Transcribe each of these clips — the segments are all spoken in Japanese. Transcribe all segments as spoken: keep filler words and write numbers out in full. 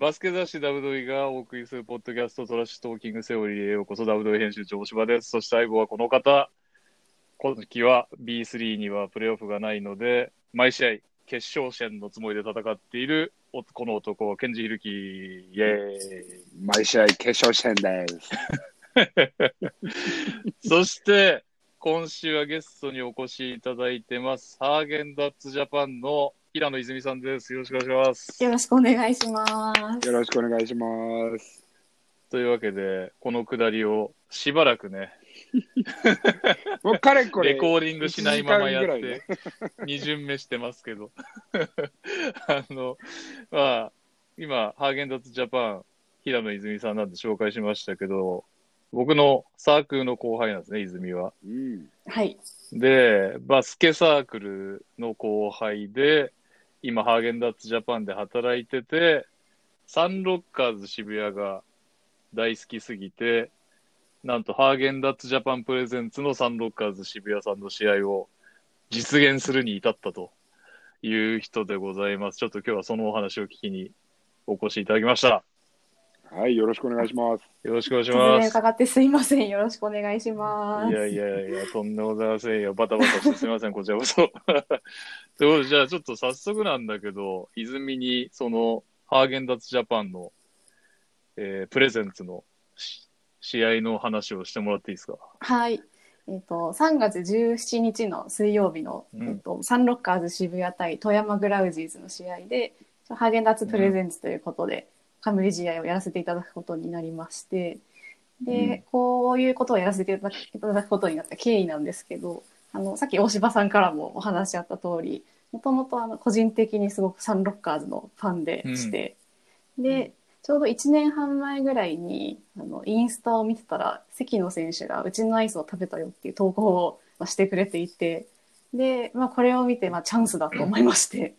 バスケ雑誌ダブドリがお送りするポッドキャストトラッシュトーキングセオリーへようこそ。ダブドリ編集長大柴です。そして相棒はこの方。今季は ビースリー にはプレーオフがないので、毎試合決勝戦のつもりで戦っているこの男、ケンジヒルキ。イエーイ。 毎試合決勝戦です。 そして今週はゲストにお越しいただいてます。ハーゲンダッツジャパンの平野泉さんです。よろしくお願いします。 よろしくお願いします。 よろしくお願いします。 というわけで、このくだりをしばらくね、 もうかれこれレコーディングしないままやってに巡目してますけどあの、まあ、今、ハーゲンダッツジャパン、平野泉さんなんで紹介しましたけど、僕のサークルの後輩なんですね、泉は。 うん、 はい。 で、バスケサークルの後輩で、今、ハーゲンダッツジャパンで働いてて、サンロッカーズ渋谷が大好きすぎて、なんとハーゲンダッツジャパンプレゼンツのサンロッカーズ渋谷さんの試合を実現するに至ったという人でございます。ちょっと今日はそのお話を聞きにお越しいただきました。 はい、よろしくお願いします。 よろしくお願いし突ます。 然伺ってすいません。よろしくお願いします。 いやいやいや、とんでもございませんよ。バタバタしてすみません、こちらこそ。ということで、じゃあちょっと早速なんだけど、泉にそのハーゲンダッツジャパンの、えー、プレゼンツの試合の話をしてもらっていいですか。 はい。えっと、さんがつじゅうしちにちの水曜日の、 うんえっと、サンロッカーズ渋谷対富山グラウジーズの試合で、ハーゲンダッツプレゼンツということで、冠試合をやらせていただくことになりまして、で、うん、こういうことをやらせていただくことになった経緯なんですけど、あの、さっき大柴さんからもお話あった通り、もともとあの個人的にすごくサンロッカーズのファンでして、うん、で、ちょうどいちねんはん前ぐらいにあのインスタを見てたら、関野選手がうちのアイスを食べたよっていう投稿を、まあ、してくれていて、で、まあ、これを見て、まあ、チャンスだと思いまして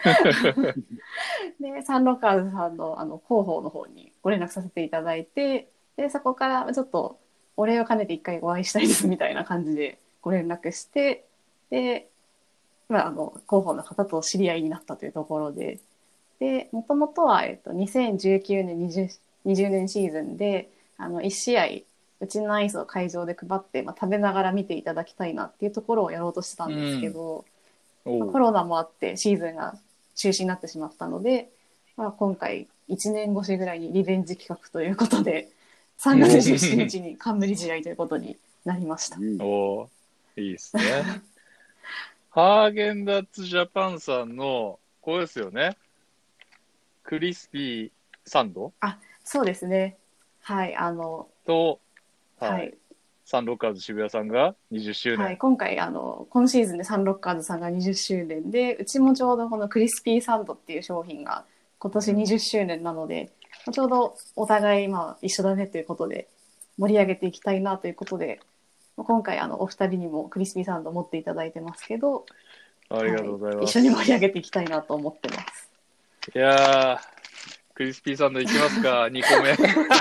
で、サンロッカーズさんのあの広報の方にご連絡させていただいて、で、そこからちょっとお礼を兼ねて一回お会いしたいですみたいな感じでご連絡して、で、まあ、あの広報の方と知り合いになったというところで、で、もともとは、えっと、にせんじゅうきゅうねん、にじゅうねんシーズンで、あの、いち試合、うちのアイスを会場で配って、まあ、食べながら見ていただきたいなっていうところをやろうとしてたんですけど、うんまあ、コロナもあってシーズンが中止になってしまったので、まあ、今回いちねんごしぐらいにリベンジ企画ということで、さんがつじゅうしちにちに冠試合ということになりました。 おー、いいですね。ハーゲンダッツジャパンさんの、これですよね。クリスピーサンドあ、そうですね。はい、あの、 と、はい。 はい、 サンロッカーズ渋谷さんがにじゅっしゅうねん。はい、 今回、あの、今シーズンでサンロッカーズさんがにじゅっしゅうねんで、うちもちょうどこのクリスピーサンドっていう商品が今年にじゅっしゅうねんなので、うん、ちょうどお互い、まあ、一緒だねということで、盛り上げていきたいなということで、今回、あの、お二人にもクリスピーサンド持っていただいてますけど、 ありがとうございます。 はい、一緒に盛り上げていきたいなと思ってます。 いやー、クリスピーサンドいきますか、にこめ。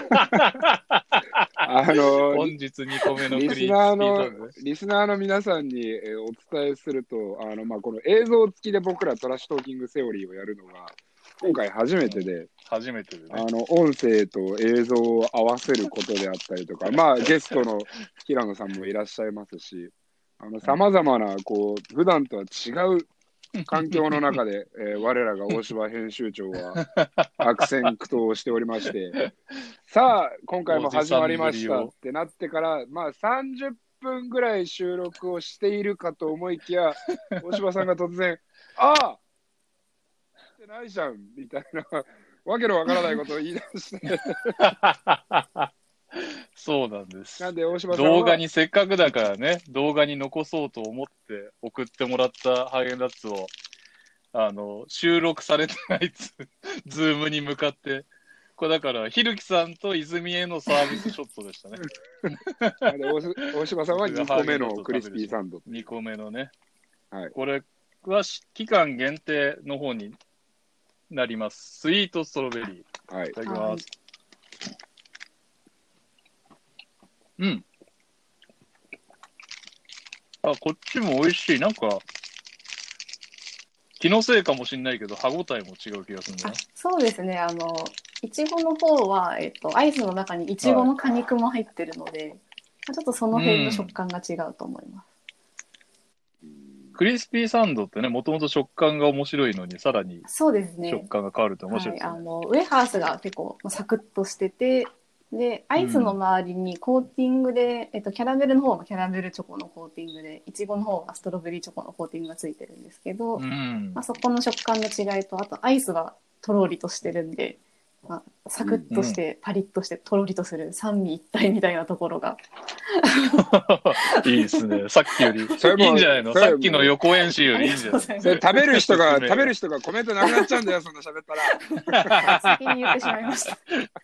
あの本日にこめのクリスピーサンド。 リスナーの皆さんにお伝えすると、あの、まあ、この映像付きで僕らトラッシュトーキングセオリーをやるのが、今回初めてで、うん、 初めてでね。 あの、音声と映像を合わせることであったりとか、まあ、ゲストの平野さんもいらっしゃいますし、あの、様々な、こう、普段とは違う環境の中で、えー、我らが大柴編集長は悪戦苦闘をしておりまして、さあ、今回も始まりましたってなってから、まあさんじゅっぷんぐらい収録をしているかと思いきや、大柴さんが突然、ああってないじゃんみたいな、わけのわからないことを言い出して。 そうなんです。 なんで大柴さんは動画にせっかくだからね、動画に残そうと思って送ってもらったハーゲンダッツをあの収録されてないズームに向かって、これだからひるきさんと泉へのサービスショットでしたね。 大柴さんはにこめのクリスピーサンド。 にこめのね。 はい。 これは期間限定の方になります。スイートストロベリー。 はい。 いただきます。うん。あ、こっちも美味しい。なんか、気のせいかもしれないけど、歯ごたえも違う気がするね。 そうですね。あの、 いちごの方は、えっと、アイスの中にいちごの果肉も入ってるので、まあちょっとその辺の食感が違うと思います。 クリスピーサンドってね、もともと食感が面白いのに、さらにそうですね。 食感が変わると面白いはい、 ですね。 あのウエハースが結構サクッとしてて、でアイスの周りにコーティングで、えっと、キャラメルの方がキャラメルチョコのコーティングで、いちごの方がストロベリーチョコのコーティングがついてるんですけど、 うんまあ、そこの食感の違いと、あとアイスはとろりとしてるんで、まあ、サクッとしてパリッとしてとろりとする三位一体みたいなところがいいですね。さっきより。いいんそれもじゃないの？ それさっきの予行演習よありりいいんじゃない？ がとうございます。 それ食べる人が、 説明食べる人がコメントなくなっちゃうんだよ、そんな喋ったら。 先に言ってしまいました。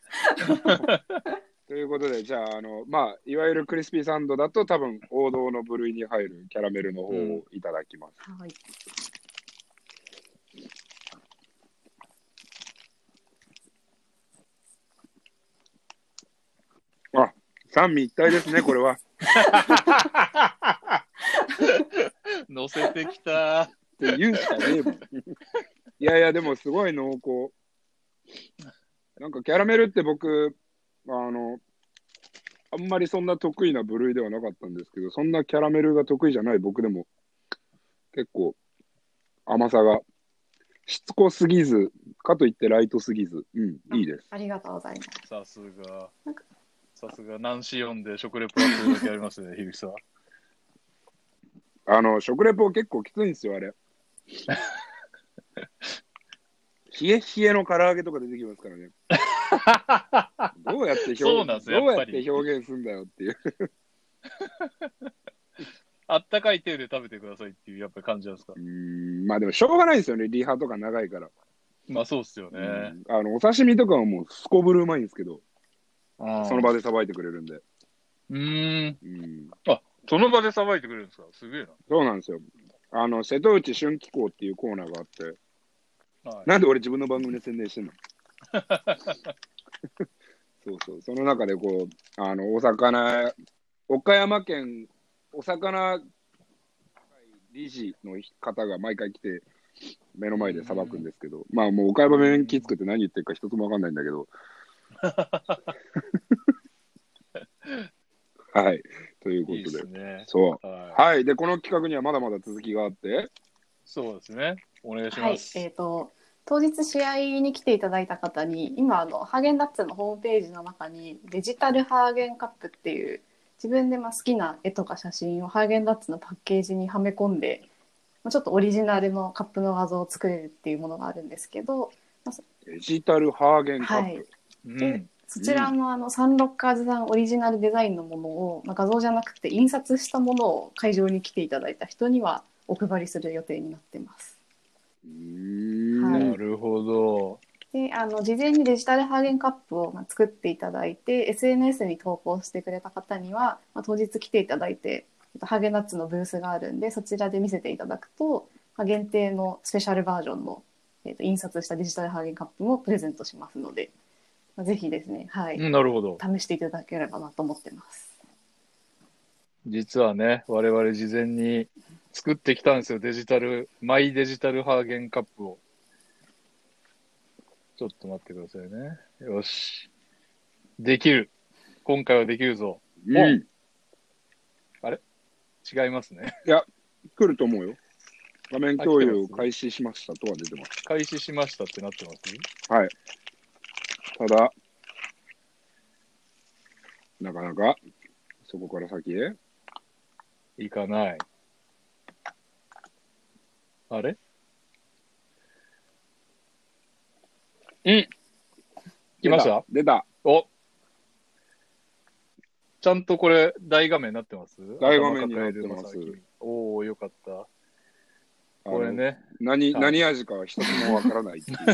ということで、じゃあ、あの、まあ、いわゆるクリスピーサンドだと多分王道の部類に入るキャラメルの方をいただきます。 はい。 あ、三位一体ですね、これは。 乗せてきた。 って言うしかねえもん。いやいや、でもすごい濃厚。なんかキャラメルって僕、あの、あんまりそんな得意な部類ではなかったんですけど、そんなキャラメルが得意じゃない僕でも、結構甘さがしつこすぎず、かといってライトすぎず、うん、いいです。 ありがとうございます。 さすがなんか。 さすが、ナンシ読んで食レポやってるだけありますね、ひびきさん。 あの、食レポ結構きついんですよ、あれ。冷え冷えの唐揚げとか出てきますからね。どうやってそうなんですよどうやっやっぱりて表現するんだよっていう。 あったかい手で食べてくださいっていうやっぱり感じなんですか？ うーん、まあでもしょうがないですよね、リハとか長いから。 まあそうっすよね。 うんあのお刺身とかはもうすこぶるうまいんですけど、 あーその場でさばいてくれるんで。 うーん。 うん、 あ、その場でさばいてくれるんですか？すげえな。 そうなんですよ。あの、瀬戸内春季港っていうコーナーがあって、 はい、 なんで俺自分の番組で宣伝してんのそうそう、その中でこう、あの、お魚、岡山県お魚理事の方が毎回来て、目の前でさばくんですけど、まあもう岡山弁きつくて何言ってるか一つもわかんないんだけど。はい。ということで。 いいですね。 そう。 はい。 はい。で、この企画にはまだまだ続きがあって。 そうですね。お願いしはいま、す。 えっ、と当日試合に来ていただいた方に、今あのハーゲンダッツのホームページの中にデジタルハーゲンカップっていう、自分でまあ好きな絵とか写真をハーゲンダッツのパッケージにはめ込んで、まあちょっとオリジナルのカップの画像を作れるっていうものがあるんですけど、 デジタルハーゲンカップ。 はい、 うでん。 そちらのあのサンロッカーズさんオリジナルデザインのものを、まあ、画像じゃなくて印刷したものを会場に来ていただいた人にはお配りする予定になってます。 うーんはいなるほど。 であの事前にデジタルハーゲンカップをまあ作っていただいて エスエヌエス に投稿してくれた方には、まあ、当日来ていただいて、ハーゲンダッツのブースがあるんでそちらで見せていただくと、まあ、限定のスペシャルバージョンの、えーと印刷したデジタルハーゲンカップもプレゼントしますので、まあ、ぜひですね、はい、 うん、なるほど。 試していただければなと思ってます。 実はね、我々事前に作ってきたんですよ。デジタル、マイデジタルハーゲンカップを。ちょっと待ってくださいね。よし。できる。今回はできるぞ。 うん。 あれ違いますね。 いや、来ると思うよ。画面共有を開始しましたとは出てます。 開始しましたってなってます？ はい。ただ、なかなか、そこから先へ。 いかない。あれうん。来ました出た。 おちゃんとこれ、大画面になってます？ 大画面になってます。 おお、よかった。これね。 何、何味かは一つもわからないっていう。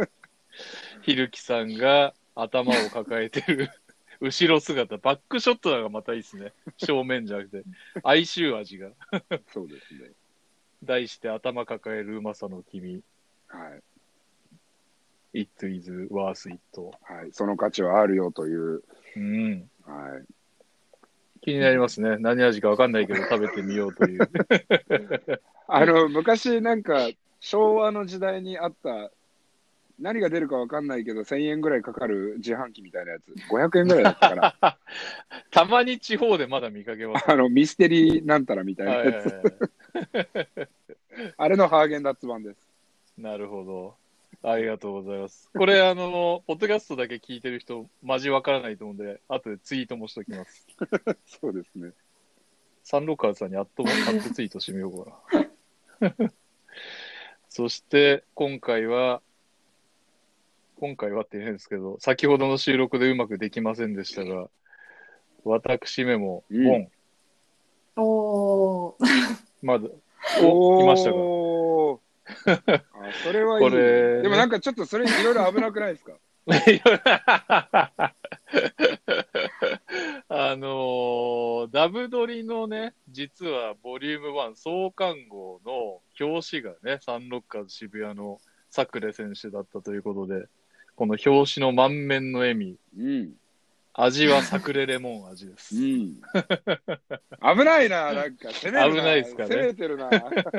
ひるきさんが頭を抱えてる後ろ姿、バックショットがまたいいですね。正面じゃなくて、哀愁味が。 そうですね。 題して頭抱えるうまさの君。 はい。 It is worth it。 はい。その価値はあるよという。 うん。 はい。 気になりますね。何味かわかんないけど食べてみようという。 あの、昔なんか、昭和の時代にあった何が出るかわかんないけど、せんえんぐらいかかる自販機みたいなやつ、ごひゃくえんぐらいだったから、 たまに地方でまだ見かけます。 あの、ミステリーなんたらみたいなはいはやつ。 いはいあれのハーゲンダッツ版です。 なるほど。ありがとうございます。これ、あの、ポッドキャストだけ聞いてる人、マジわからないと思うんで、後でツイートもしときます。 そうですね。 サンロッカーズさんにアットも、アットツイートしてみようかな。そして、今回は、今回はって言うんですけど、先ほどの収録でうまくできませんでしたが、私めも、ボン、 うん、おー。 まだ、お、来ましたか。 あ、それはいい、ね。これ、ね、でもなんかちょっとそれいろいろ危なくないですかあのー、ダブドリのね、実はボリュームワン創刊号の表紙がね、サンロッカーズ渋谷のサクレ選手だったということで、この表紙の満面の笑み、 うん、 味はサクレレモン味です。 うん、危ないな、なんか攻めるな。 危ないですかね。 攻めてるな。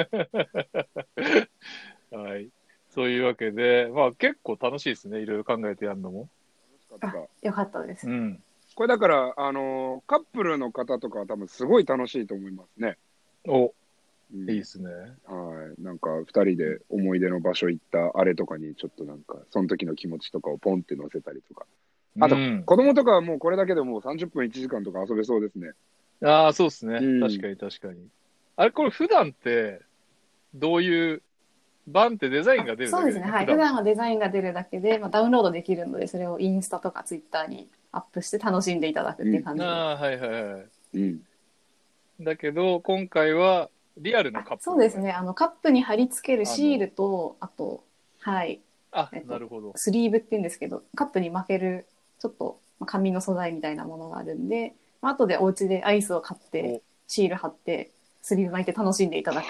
はい。そういうわけで、まあ結構楽しいですね。いろいろ考えてやるのも。 あ、よかったです。 うん。 これだから、あのー、カップルの方とかは多分すごい楽しいと思いますね。 お、 うん、 いいですね。 はい。なんかふたりで思い出の場所行ったあれとかにちょっとなんか、その時の気持ちとかをポンって載せたりとか。あと、うん、子供とかはもうこれだけでもうさんじゅっぷんいちじかんとか遊べそうですね。 ああ、そうですね、うん。確かに確かに。あれ、これ普段ってどういうバンってデザインが出るだけで、ね、 そうですね。はい。普段はデザインが出るだけで、まあ、ダウンロードできるので、それをインスタとかツイッターにアップして楽しんでいただくっていう感じで。 うん、ああ、はいはいはい。 うん。 だけど、今回はリアルのカップ。 そうですね。あの、カップに貼り付けるシールと、あと、はい。 あ、えっと、なるほど。 スリーブって言うんですけど、カップに巻ける、ちょっと紙の素材みたいなものがあるんで、まあ、後でお家でアイスを買って、シール貼って、スリーブ巻いて楽しんでいただく。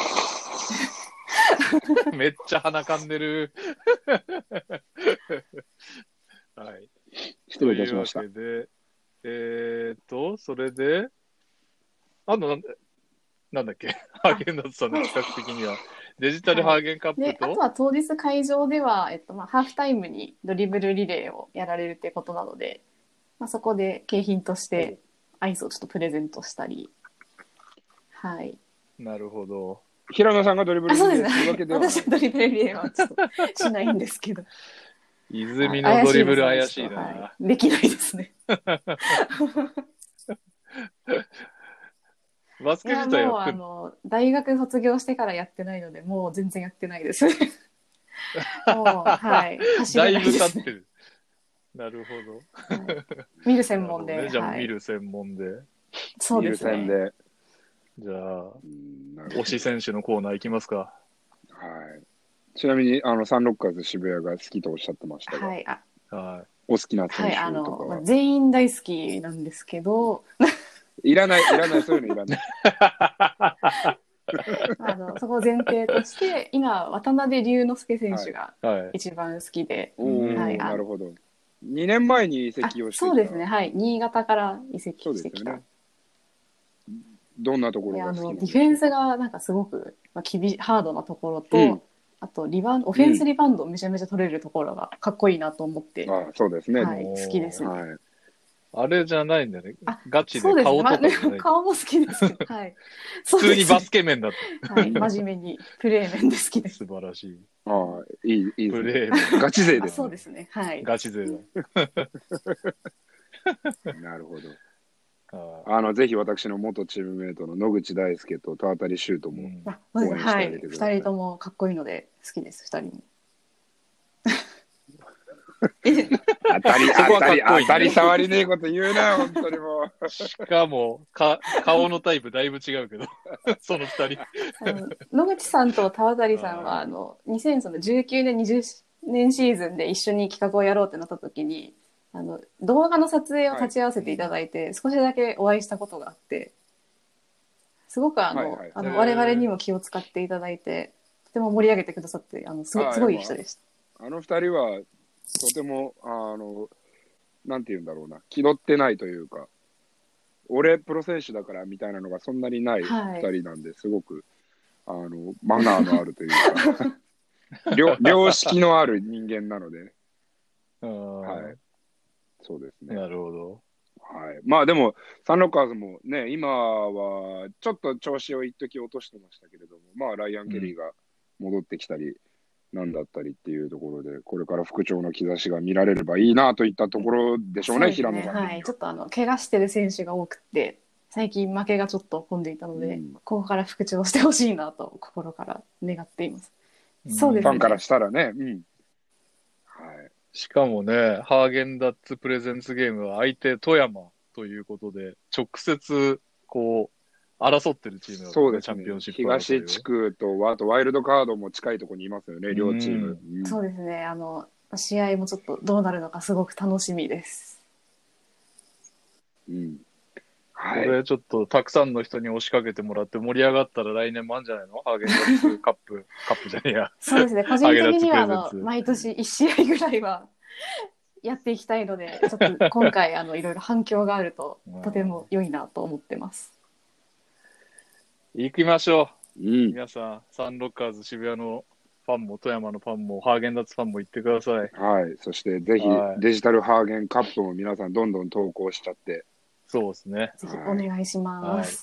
めっちゃ鼻かんでる。はい。 失礼いたしました。 というわけで、えー、っと、それで、あの、なんなんだっけ、ハーゲンダッツさんの企画的には、デジタルハーゲンカップと、 はい、であとは当日会場では、えっとまあ、ハーフタイムにドリブルリレーをやられるってことなので、まあ、そこで景品としてアイスをちょっとプレゼントしたり。はい。 なるほど。 平野さんがドリブルリレーするわけではない。 私はドリブルリレーはちょっとしないんですけど。 泉のドリブル怪しいな。 はい、できないですね。 バスケ自体はもうあの大学卒業してからやってないので、もう全然やってないです。もうはい走れないです、ね。だいぶ経ってる。 なるほど。 はい、見る専門で。 ね、じゃあ、はい、見る専門で。 そうですね。 でじゃあ、推し選手のコーナーいきますか。 はい。ちなみに、あの、サンロッカーズ渋谷が好きとおっしゃってましたが、 はい、あはい、 お好きな選手とかは、 はい、あの、まあ、全員大好きなんですけど、 いらない、いらない、そういうのいらない。 あのそこを前提として、今、渡辺龍之介選手が一番好きで。 はいはい、なるほど。にねんまえに移籍をしてきた。 そうですね、はい。新潟から移籍してきた。ね、 どんなところが好きなんですか？ディフェンスがなんかすごく、まあ、厳しハードなところと、うん、あとリバウンド、オフェンスリバウンドをめちゃめちゃ取れるところがかっこいいなと思って、 うん、あそうですね、 はい、好きですね。はい、 あれじゃないんだね。ガチで顔とかじゃない、 まあね、顔も好きですけど、はい。 普通にバスケ面だった。 はい、真面目にプレー面で好きです。 素晴らしい。 ああ、いい、いいプレー面。 ガチ勢です、 ね。そうですね。はい。 ガチ勢だ。 なるほど。あのぜひ私の元チームメイトの野口大輔と田渡修斗も応援してあげてください。 はい、ふたりともかっこいいので好きです。ふたりも。 当たり当たり当たり障りねえこと言うな本当にもう。しかもか顔のタイプだいぶ違うけどそのふたり。 野口さんと田渡さんはあのにせんじゅうきゅうねんにじゅうねんシーズンで一緒に企画をやろうってなった時に。あの動画の撮影を立ち会わせていただいて、はい、少しだけお会いしたことがあって、すごくあの、はいはい、あの我々にも気を使っていただいて、とても盛り上げてくださって、あのすご、すごい人でした。 あの二人はとてもあのなんていうんだろうな、気取ってないというか、俺プロ選手だからみたいなのがそんなにない二人なんで、はい、すごくあのマナーのあるというか良良識のある人間なので、 あーはい、そうですね。 なるほど。 はい、まあでも、サンロッカーズもね、今はちょっと調子を一時落としてましたけれども、まあライアン・ケリーが戻ってきたり、なんだったりっていうところで、これから復調の兆しが見られればいいなといったところでしょうね、 そうですね。 平野さん的には。 はい。ちょっとあの、怪我してる選手が多くて、最近負けがちょっと混んでいたので、 うんここから復調してほしいなと心から願っています。 うんそうですね。 ファンからしたらね、うん。はい。 しかもね、ハーゲンダッツプレゼンツゲームは相手富山ということで、直接、こう、争ってるチームだからね、 そうですねチャンピオン。シップ東地区と、あとワイルドカードも近いところにいますよね、両チーム。うんそうですね。あの、試合もちょっとどうなるのかすごく楽しみです。 うんこはい。 れちょっとたくさんの人に押しかけてもらって盛り上がったら来年もあるんじゃないの？ハーゲンダッツカップ、カップじゃねえや。 そうですね。個人的にはあのハーゲンダッツプレゼンツ毎年いち試合ぐらいはやっていきたいので、ちょっと今回あのいろいろ反響があるととても良いなと思ってます。 行きましょう。 うん。 皆さん、サンロッカーズ渋谷のファンも富山のファンもハーゲンダッツファンも行ってください。 はい。そして、ぜひはいデジタルハーゲンカップも皆さんどんどん投稿しちゃって。 そうですね。 ぜひお願いします。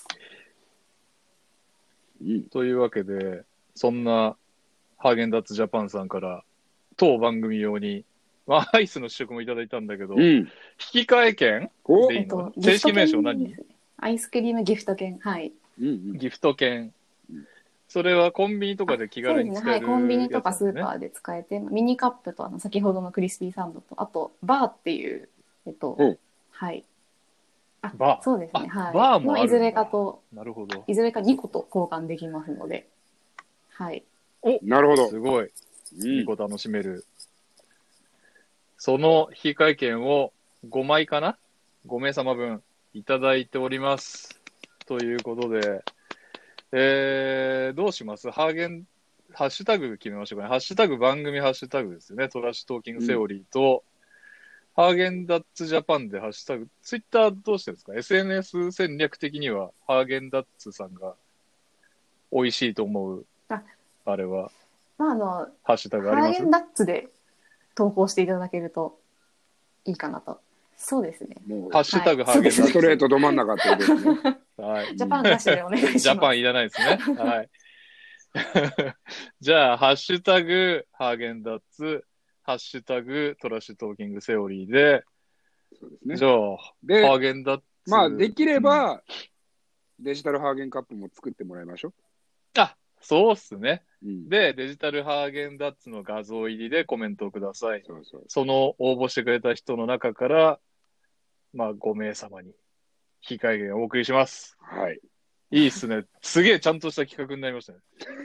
うん。 というわけで、そんなハーゲンダッツジャパンさんから当番組用に、まあ、アイスの試食もいただいたんだけど、 うん。 引き換え券おでいいの？ えっと、 正式名称ギフト券何？ ですね。アイスクリームギフト券。はい。 うんうん。 ギフト券うん。 それはコンビニとかで気そうですね。はい。 軽に使えるコンビニとかやつなんですねスーパーで使えて、ミニカップとあの先ほどのクリスピーサンドと、あとバーっていう、えっと、 うんはい。あ、 バーそうですね。 あはい。 バーもあるんだのいずれかと、 なるほど。 いずれかにこと交換できますので、はい。 おなるほど。 すごい。 うん。 にこ楽しめる。その引換券をごまいかな ?ご 名様分いただいております。ということで、えー、どうしますハーゲン、ハッシュタグ決めましょうかね。ハッシュタグ番組ハッシュタグですね。トラッシュトーキングセオリーと、ハーゲンダッツジャパンでハッシュタグ、ツイッターどうしてるんですか？ エスエヌエス 戦略的にはハーゲンダッツさんが美味しいと思う、 ああれは、 まあ、あの、 ハッシュタグありますハーゲンダッツで投稿していただけるといいかなと。そうですね。 もうハッシュタグはいハーゲンダッツ。 ストレートど真ん中ってことですね。 はい。 ジャパンなしでお願いします。 ジャパンいらないですね。はい。じゃあ、ハッシュタグ、ハーゲンダッツ、ハッシュタグ、トラッシュトーキングセオリーで、 そうですね。 じゃあ、 でハーゲンダッツ。 まあ、できれうんば、デジタルハーゲンカップも作ってもらいましょあ、そうっすね。 う。うん。 で、デジタルハーゲンダッツの画像入りでコメントをください。 そうそう。 その応募してくれた人の中から、まあ、ご名様に、引換券をお送りします。 はい。 いいっすね。すげえちゃんとした企画になりましたね。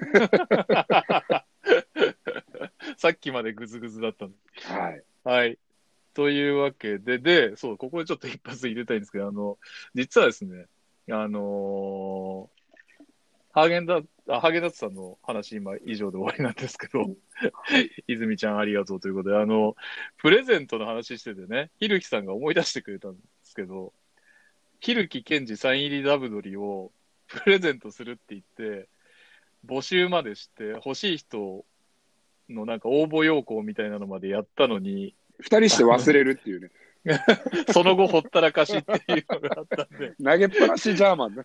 さっきまでグズグズだったの。 はい。 はい。というわけで、で、そう、ここでちょっと一発入れたいんですけど、あの、実はですね、あのーハーゲンダッツ、あハーゲンダッツさんの話今以上で終わりなんですけど、泉ちゃんありがとうということで、あの、プレゼントの話しててね、ひるきさんが思い出してくれたんですけど、ひるきけんじサイン入りダブドリをプレゼントするって言って、募集までして欲しい人のなんか応募要項みたいなのまでやったのに、 二人して忘れるっていうね。 その後ほったらかしっていうのがあったんで、 投げっぱなしジャーマンだ。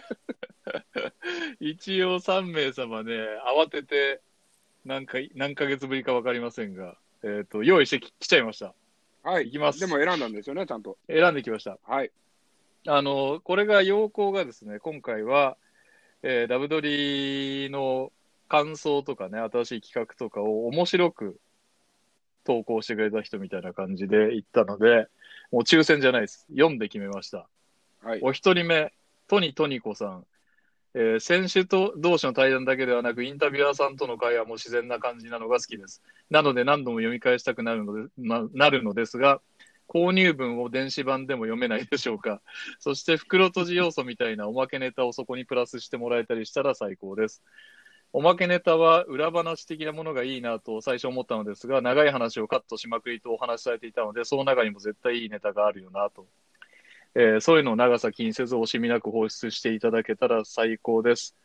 一応さん名様ね、慌てて何か、何ヶ月ぶりか分かりませんが、えっ、と、用意してききちゃいました。 はい。 いきますでも選んだんですよね、ちゃんと。 選んできました。 はい。 あの、これが要項がですね、今回は、えーダブドリの感想とかね、新しい企画とかを面白く投稿してくれた人みたいな感じで言ったので、もう抽選じゃないです。読んで決めました。 はい。 お一人目、トニトニコさん。えー選手と同士の対談だけではなく、インタビュアーさんとの会話も自然な感じなのが好きです。なので何度も読み返したくなるので、な、なるのですが、購入文を電子版でも読めないでしょうか。そして袋閉じ要素みたいなおまけネタをそこにプラスしてもらえたりしたら最高です。おまけネタは裏話的なものがいいなと最初思ったのですが、長い話をカットしまくりとお話しされていたので、その中にも絶対いいネタがあるよなと。えーそういうのを長さ気にせず惜しみなく放出していただけたら最高です。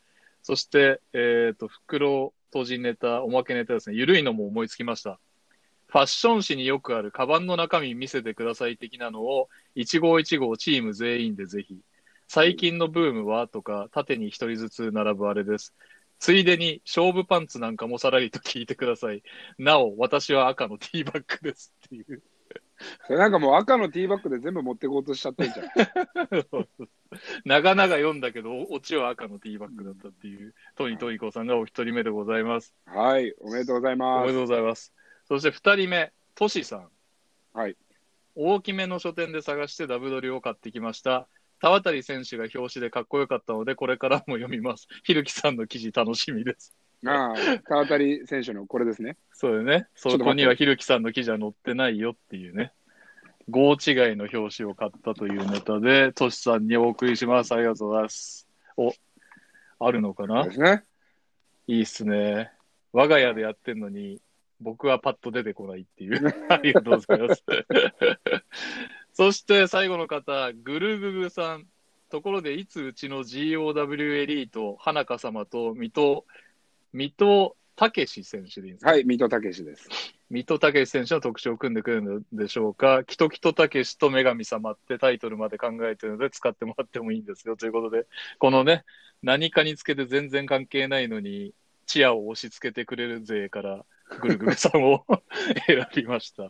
そして、えっと、袋閉じネタ、おまけネタですね。ゆるいのも思いつきました。ファッション誌によくあるカバンの中身見せてください的なのを一号一号チーム全員でぜひ。最近のブームはとか縦に一人ずつ並ぶあれです。ついでに勝負パンツなんかもさらりと聞いてください。なお、私は赤のティーバッグですっていう。 それなんかもう赤のティーバッグで全部持ってこうとしちゃってんじゃん。 長々読んだけど、オチは赤のティーバッグだったっていう、トニー・トニコさんがお一人目でございます。 はい、おめでとうございおます。 めでとうございます。そして二人目、トシさん。 はい。 大きめの書店で探してダブドリを買ってきました。田渡選手が表紙でかっこよかったので、これからも読みます。ひるきさんの記事楽しみです。 ああ、田渡選手のこれですね。 そうよね。そこにはひるきさんの記事は載ってないよっていうね。号違いの表紙を買ったというネタで、トシさんにお送りします。ありがとうございます。お、あるのかな？ ですね。 いいっすね。我が家でやってんのに、僕はパッと出てこないっていう。ありがとうございます。そして最後の方、ぐるぐぐさん。ところで、いつうちの ジーオーダブリュー エリート、花香様と水戸、水戸武史選手でいいんですか？ はい、水戸武史です。 水戸武史選手の特徴を組んでくれるのでしょうか。キトキト武史と女神様ってタイトルまで考えてるので使ってもらってもいいんですよ。ということで、このね、何かにつけて全然関係ないのに、チアを押し付けてくれる勢から、ぐるぐるさんを選びました。はい、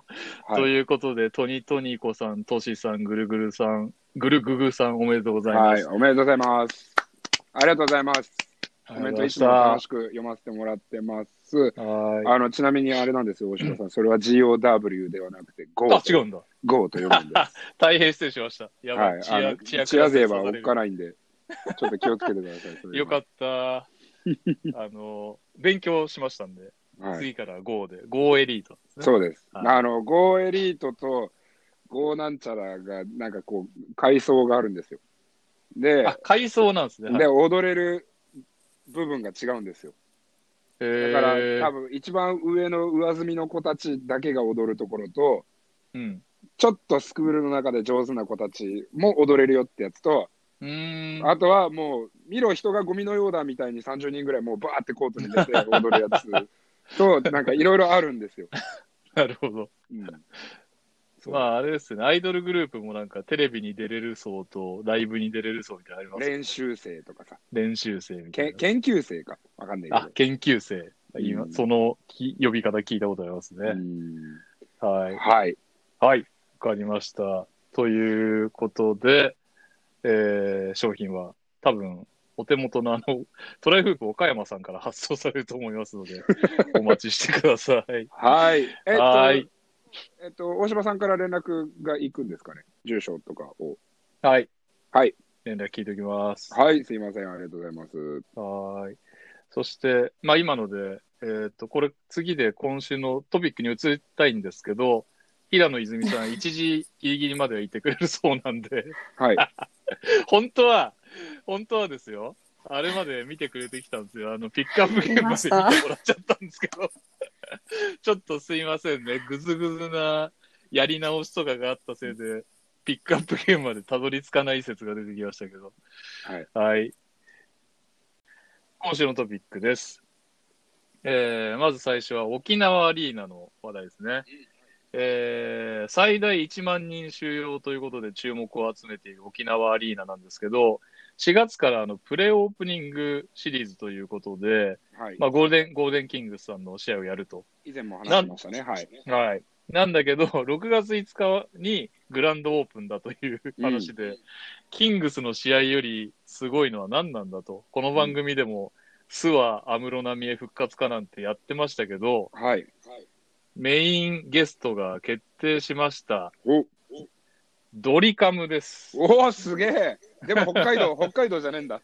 ということで、トニトニコさん、トシさん、ぐるぐるさん、ぐるぐぐさん、おめでとうございます。 はい、おめでとうございます。ありがとうございます。コメントいつも楽しく読ませてもらってます。はい。あの、ちなみにあれなんですよ、大島さん。それは ジーオーダブリュー ではなくて ゴー。 あ、違うんだ。 ゴーと読むんです。 大変失礼しました。やばい。はい、 チア、チア、チア勢はおっかないんで、ちょっと気をつけてください。 よかった。あの、勉強しましたんで、はい、次から ゴー で、ゴー エリートですね。 そうです。はい、あの、ゴー エリートと ゴー なんちゃらが、なんかこう、階層があるんですよ。で、 あ、階層なんですね。 で、踊れる部分が違うんですよ。だから多分一番上の上積みの子たちだけが踊るところと、うん、ちょっとスクールの中で上手な子たちも踊れるよってやつと、うーん、あとはもう見ろ人がゴミのようだみたいにさんじゅうにんぐらいもうバーってコートに出て踊るやつとなんかいろいろあるんですよ。 なるほど。うん、まああれですね、アイドルグループもなんかテレビに出れる層とライブに出れる層みたいなのあります、ね、 練習生とかさ。 練習生みたいな。 研究生かわかんないけど。 あ、研究生。今、うん、その呼び方聞いたことありますね。はい。 はい。 はい。わかりました。ということで、えー、商品は多分お手元のあのトライフープ岡山さんから発送されると思いますので、お待ちしてください。 はい。 えっと、はいえっと、大島さんから連絡が行くんですかね、住所とかを。 はい。 はい。 連絡聞いておきます。 はい、すいません。ありがとうございます。 はい。そして、まあ今ので、えー、っと、これ次で今週のトピックに移りたいんですけど、平野泉さん、一時ギリギリまではいてくれるそうなんで、 はい。 本当は、本当はですよ、あれまで見てくれてきたんですよ。あの、ピックアップゲームまで見てもらっちゃったんですけど、ちょっとすいませんね、ぐずぐずなやり直しとかがあったせいで、ピックアップゲームまでたどり着かない説が出てきましたけど、 はい。 はい。今週のトピックです。えー、まず最初は沖縄アリーナの話題ですね。えー、最大いちまんにん収容ということで注目を集めている沖縄アリーナなんですけど、しがつからあのプレオープニングシリーズということで、はい、まあ、ゴールデン、ゴールデンキングスさんの試合をやると。 以前も話しましたね。はい。 はい。なんだけど、ろくがついつかにグランドオープンだという話で、うん、キングスの試合よりすごいのは何なんだと。この番組でも、諏訪安室奈美恵復活かなんてやってましたけど、 はい。 メインゲストが決定しました。おドリカムです。 おお、すげえ。でも北海道、北海道じゃねえんだ。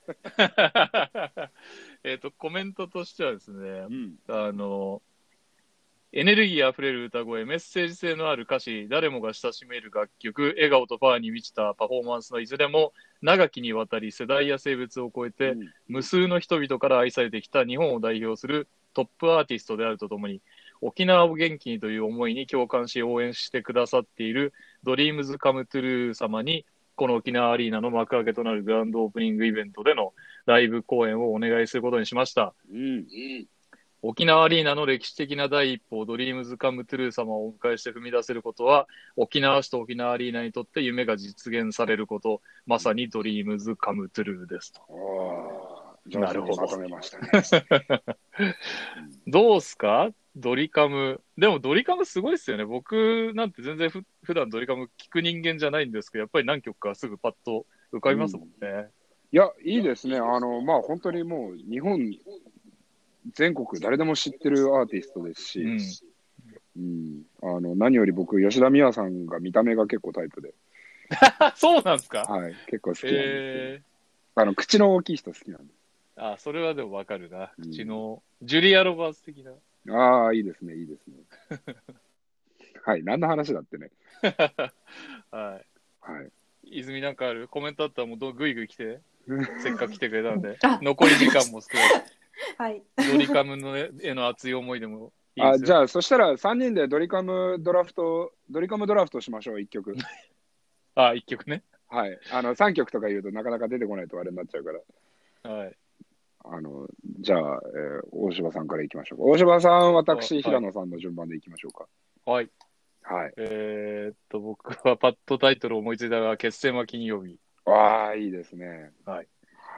えっと、コメントとしてはですね、うん、あの、エネルギーあふれる歌声、メッセージ性のある歌詞、誰もが親しめる楽曲、笑顔とパワーに満ちたパフォーマンスのいずれも、長きにわたり世代や性別を超えて、うん、無数の人々から愛されてきた日本を代表するトップアーティストであるとともに、沖縄を元気にという思いに共感し応援してくださっているドリームズカムトゥルー様にこの沖縄アリーナの幕開けとなるグランドオープニングイベントでのライブ公演をお願いすることにしました。 うん、 沖縄アリーナの歴史的な第一歩をドリームズカムトゥルー様をお迎えして踏み出せることは、沖縄市と沖縄アリーナにとって夢が実現されること、まさにドリームズカムトゥルーですと。 なるほど。まとめましたね。 どうすかドリカム。でもドリカムすごいですよね。僕なんて全然ふ普段ドリカム聞く人間じゃないんですけど、やっぱり何曲かすぐパッと浮かびますもんね。うん、 いや、いいですね。あの、まあ本当にもう日本、全国誰でも知ってるアーティストですし、うんうん、あの何より僕、吉田美和さんが見た目が結構タイプで。 そうなんですか？ はい、結構好きなんですよ、 えー、あの口の大きい人好きなんです。 あ、それはでもわかるな。口の、うん、ジュリア・ロバーツ的な。 ああ、いいですね、いいですね。はい、何の話だってね。 はい。 はい。 泉なんかある？コメントあったらもうどぐいぐい来て。せっかく来てくれたので。残り時間も少ない。 はい。 ドリカムのへの熱い思いでもいいですよ。 あ、じゃあ、そしたらさんにんでドリカムドラフト、ドリカムドラフトしましょう、いっきょく。 あ、いっきょくね。 はい。あの、さんきょくとか言うとなかなか出てこないとあれになっちゃうから。 はい。 あの、じゃあ、えー、大柴さんからいきましょうか。大柴さん、私、平野さんの順番でいきましょうか。 はい。 はい。 えー、っと、僕はパッとタイトルを思いついたが、決戦は金曜日。 ああ、いいですね。 はい。 はい。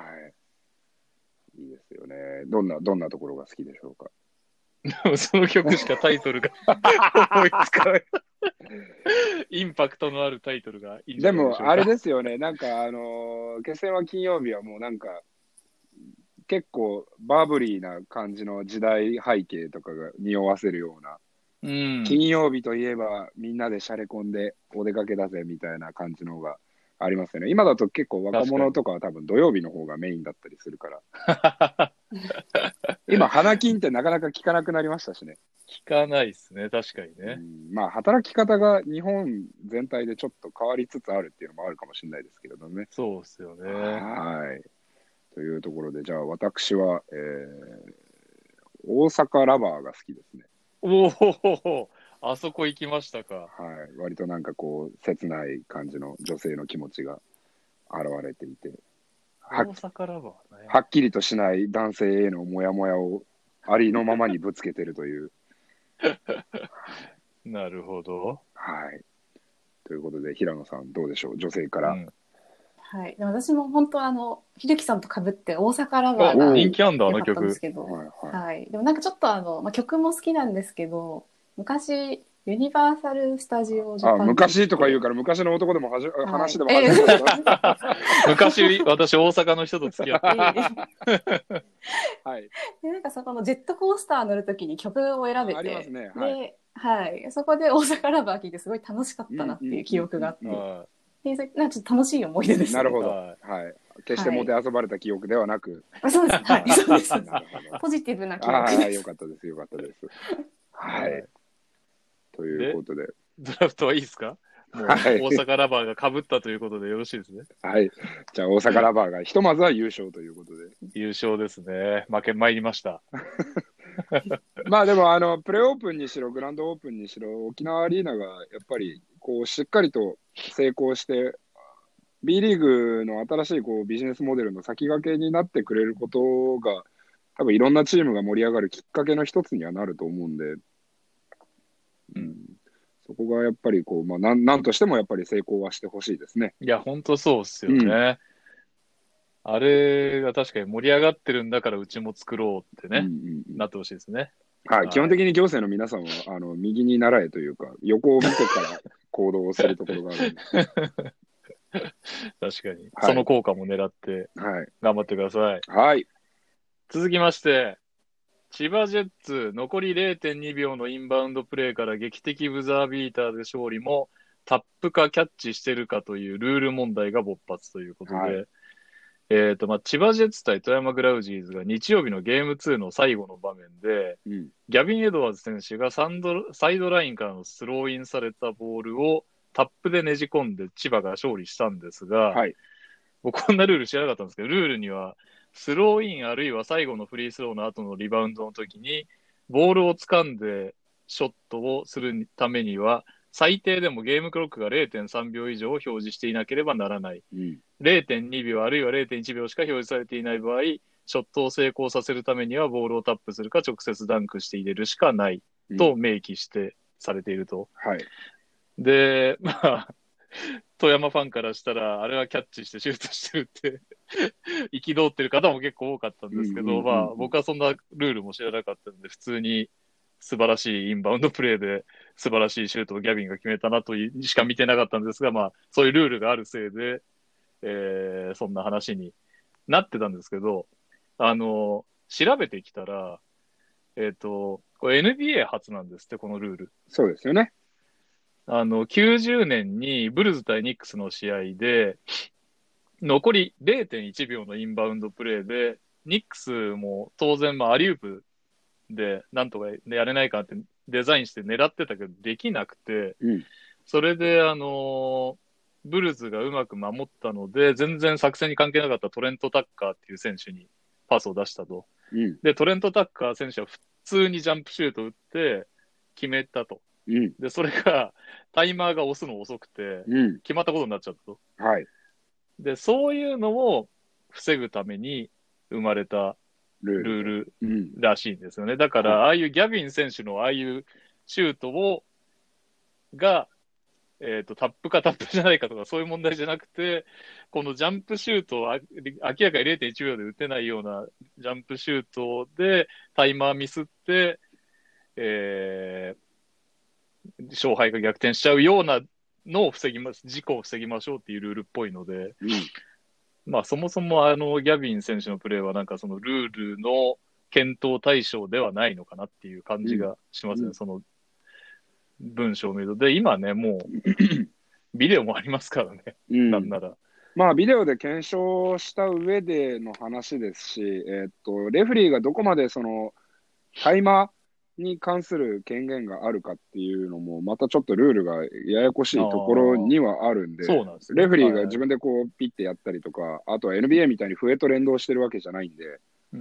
いいですよね。どんな、どんなところが好きでしょうか。 その曲しかタイトルが思いつかない。インパクトのあるタイトルがいいんじゃないでしょうか。 でも、あれですよね。なんか、あのー、決戦は金曜日はもうなんか、結構バブリーな感じの時代背景とかが匂わせるような、うん、金曜日といえばみんなでシャレ込んでお出かけだぜみたいな感じのがありますよね。今だと結構若者とかは多分土曜日の方がメインだったりするから今花金ってなかなか聞かなくなりましたしね。 聞かないですね、確かにね。 うん、まあ働き方が日本全体でちょっと変わりつつあるっていうのもあるかもしれないですけれどね。 そうですよね。 はい。というところで、じゃあ私は、えー、大阪ラバーが好きですね。 おお、あそこ行きましたか。 はい。割となんかこう、切ない感じの女性の気持ちが現れていて、 大阪ラバーね。 はっきりとしない男性へのモヤモヤをありのままにぶつけてるという。 なるほど。 はい。ということで、平野さんどうでしょう、女性から。うん、 はい、で私も本当あの秀樹さんと被って大阪ラバーが人気あんだあの曲ですけど、はいはいはい、でもなんかちょっとあの、まあ、曲も好きなんですけど、昔ユニバーサル・スタジオ・ジャパン、 あ、昔とか言うから昔の男でもはじ、はい、話でも初めて、えー、 昔私大阪の人と付き合ってはい、 でなんかそこのジェットコースター乗るときに曲を選べて、 ありますね、 はい、で、はい、そこで大阪ラバー聴いてすごい楽しかったなっていう記憶があって、うんうんうんうん、でなんかちょっと楽しい思い出です、ね、 なるほど、はい、決してもて遊ばれた記憶ではなく、 はい、そうです、はい、そうですポジティブな記憶です。 あ、よかったです、よかったです。はい、ということで、 ドラフトはいいですか？もう大阪ラバーが被ったということでよろしいですね。 はい。じゃあ大阪ラバーがひとまずは優勝ということで。 優勝ですね。負け参りました。 まあでもあのプレオープンにしろグランドオープンにしろ沖縄アリーナがやっぱりこうしっかりと成功して B リーグの新しいこうビジネスモデルの先駆けになってくれることが多分いろんなチームが盛り上がるきっかけの一つにはなると思うんで、うん、そこがやっぱりこう、まあ、なん、なんとしてもやっぱり成功はしてほしいですね。 いや本当そうっすよね。うんあれが確かに盛り上がってるんだからうちも作ろうってね、うんうんうん、なってほしいですね。 はい、はい、基本的に行政の皆さんはあの右に習えというか横を見てから行動をするところがあるんで確かに、はい、その効果も狙って頑張ってください。 はい。 続きまして、千葉ジェッツ残り れいてんにびょうのインバウンドプレーから劇的ブザービーターで勝利もタップかキャッチしてるかというルール問題が勃発ということで、はいえーとまあ、千葉ジェッツ対富山グラウジーズが日曜日のゲームツーの最後の場面で、うん、ギャビン・エドワーズ選手がサンドサイドラインからのスローインされたボールをタップでねじ込んで千葉が勝利したんですが、はい、僕こんなルール知らなかったんですけど、ルールにはスローインあるいは最後のフリースローの後のリバウンドの時にボールを掴んでショットをするためには最低でもゲームクロックが れいてんさんびょう以上を表示していなければならない。 うん、 れいてんにびょうあるいは れいてんいちびょうしか表示されていない場合、ショットを成功させるためにはボールをタップするか直接ダンクして入れるしかないと明記してされていると。 はい。 で、まあ、富山ファンからしたら、あれはキャッチしてシュートしてるって憤ってる方も結構多かったんですけど、まあ、僕はそんなルールも知らなかったので、普通に素晴らしいインバウンドプレーで素晴らしいシュートをギャビンが決めたなとしか見てなかったんですが、まあ、そういうルールがあるせいで、えー、そんな話になってたんですけど、あの、調べてきたら、えっと、これ エヌビーエー 初なんですって、このルール。 そうですよね。 あの、きゅうじゅうねんにブルズ対ニックスの試合で、残り れいてんいちびょうのインバウンドプレーで、ニックスも当然、まあ、アリウープでなんとかやれないかってデザインして狙ってたけど、できなくて、 うん、 それで、あの、ブルズがうまく守ったので、全然作戦に関係なかったトレント・タッカーっていう選手にパスを出したと。 うん、 で、トレント・タッカー選手は普通にジャンプシュート打って決めたと。 うん、 で、それがタイマーが押すの遅くて、 うん、 決まったことになっちゃったと。 はい。 で、そういうのを防ぐために生まれたルールールルらしいんですよね。だから、ああいうギャビン選手のああいうシュートを、が、えっと、タップかタップじゃないかとか、そういう問題じゃなくて、このジャンプシュートをあ明らかに れいてんいちびょうで打てないようなジャンプシュートでタイマーミスって、えー、勝敗が逆転しちゃうようなのを防ぎます、事故を防ぎましょうっていうルールっぽいので、 うん、 まあそもそもあのギャビン選手のプレーはなんかそのルールの検討対象ではないのかなっていう感じがしますね、 うん、 その文章を見ると。で、今ね、もうビデオもありますからね、 うん、 なんなら。 まあ、ビデオで検証した上での話ですし、えーっと、レフェリーがどこまでそのタイマーに関する権限があるかっていうのも、またちょっとルールがややこしいところにはあるんで、 そうなんですね。 レフェリーが自分でこうピッてやったりとか、あとは エヌビーエー みたいに笛と連動してるわけじゃないんで、 うん、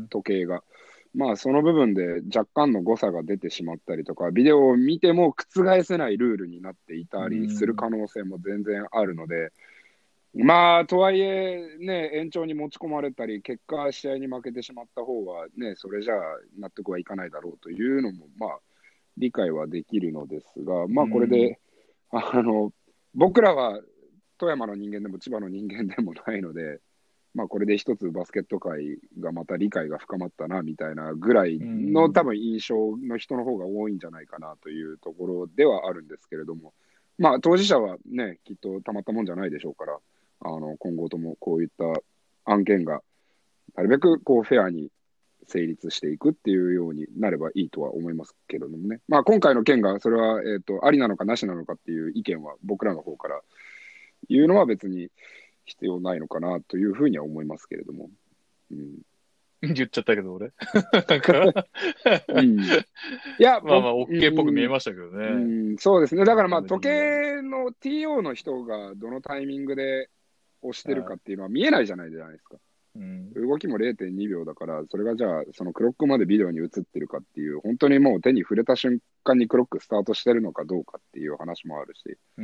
時計が。まあ、その部分で若干の誤差が出てしまったりとか、ビデオを見ても覆せないルールになっていたりする可能性も全然あるので、まあ、とはいえ、ね、延長に持ち込まれたり、結果、試合に負けてしまった方は、ね、それじゃあ納得はいかないだろうというのも、まあ、理解はできるのですが、まあ、これで、あの、僕らは富山の人間でも千葉の人間でもないので、まあ、これで一つバスケット界がまた理解が深まったなみたいなぐらいの多分印象の人の方が多いんじゃないかなというところではあるんですけれども、まあ、当事者はね、きっとたまったもんじゃないでしょうから、あの今後ともこういった案件がなるべくこうフェアに成立していくっていうようになればいいとは思いますけれどもね。まあ、今回の件がそれは、えーと、ありなのかなしなのかっていう意見は僕らの方から言うのは別に必要ないのかなというふうには思いますけれども。うん、 言っちゃったけど、俺。なんかうん、いや、 まあまあ、OK っぽく見えましたけどね。 うん、そうですね。だからまあ、時計の ティーオー の人がどのタイミングで押してるかっていうのは見えないじゃないじゃないですか。うん、動きも れいてんにびょうだから、それがじゃあ、そのクロックまでビデオに映ってるかっていう、本当にもう手に触れた瞬間にクロックスタートしてるのかどうかっていう話もあるし。うん。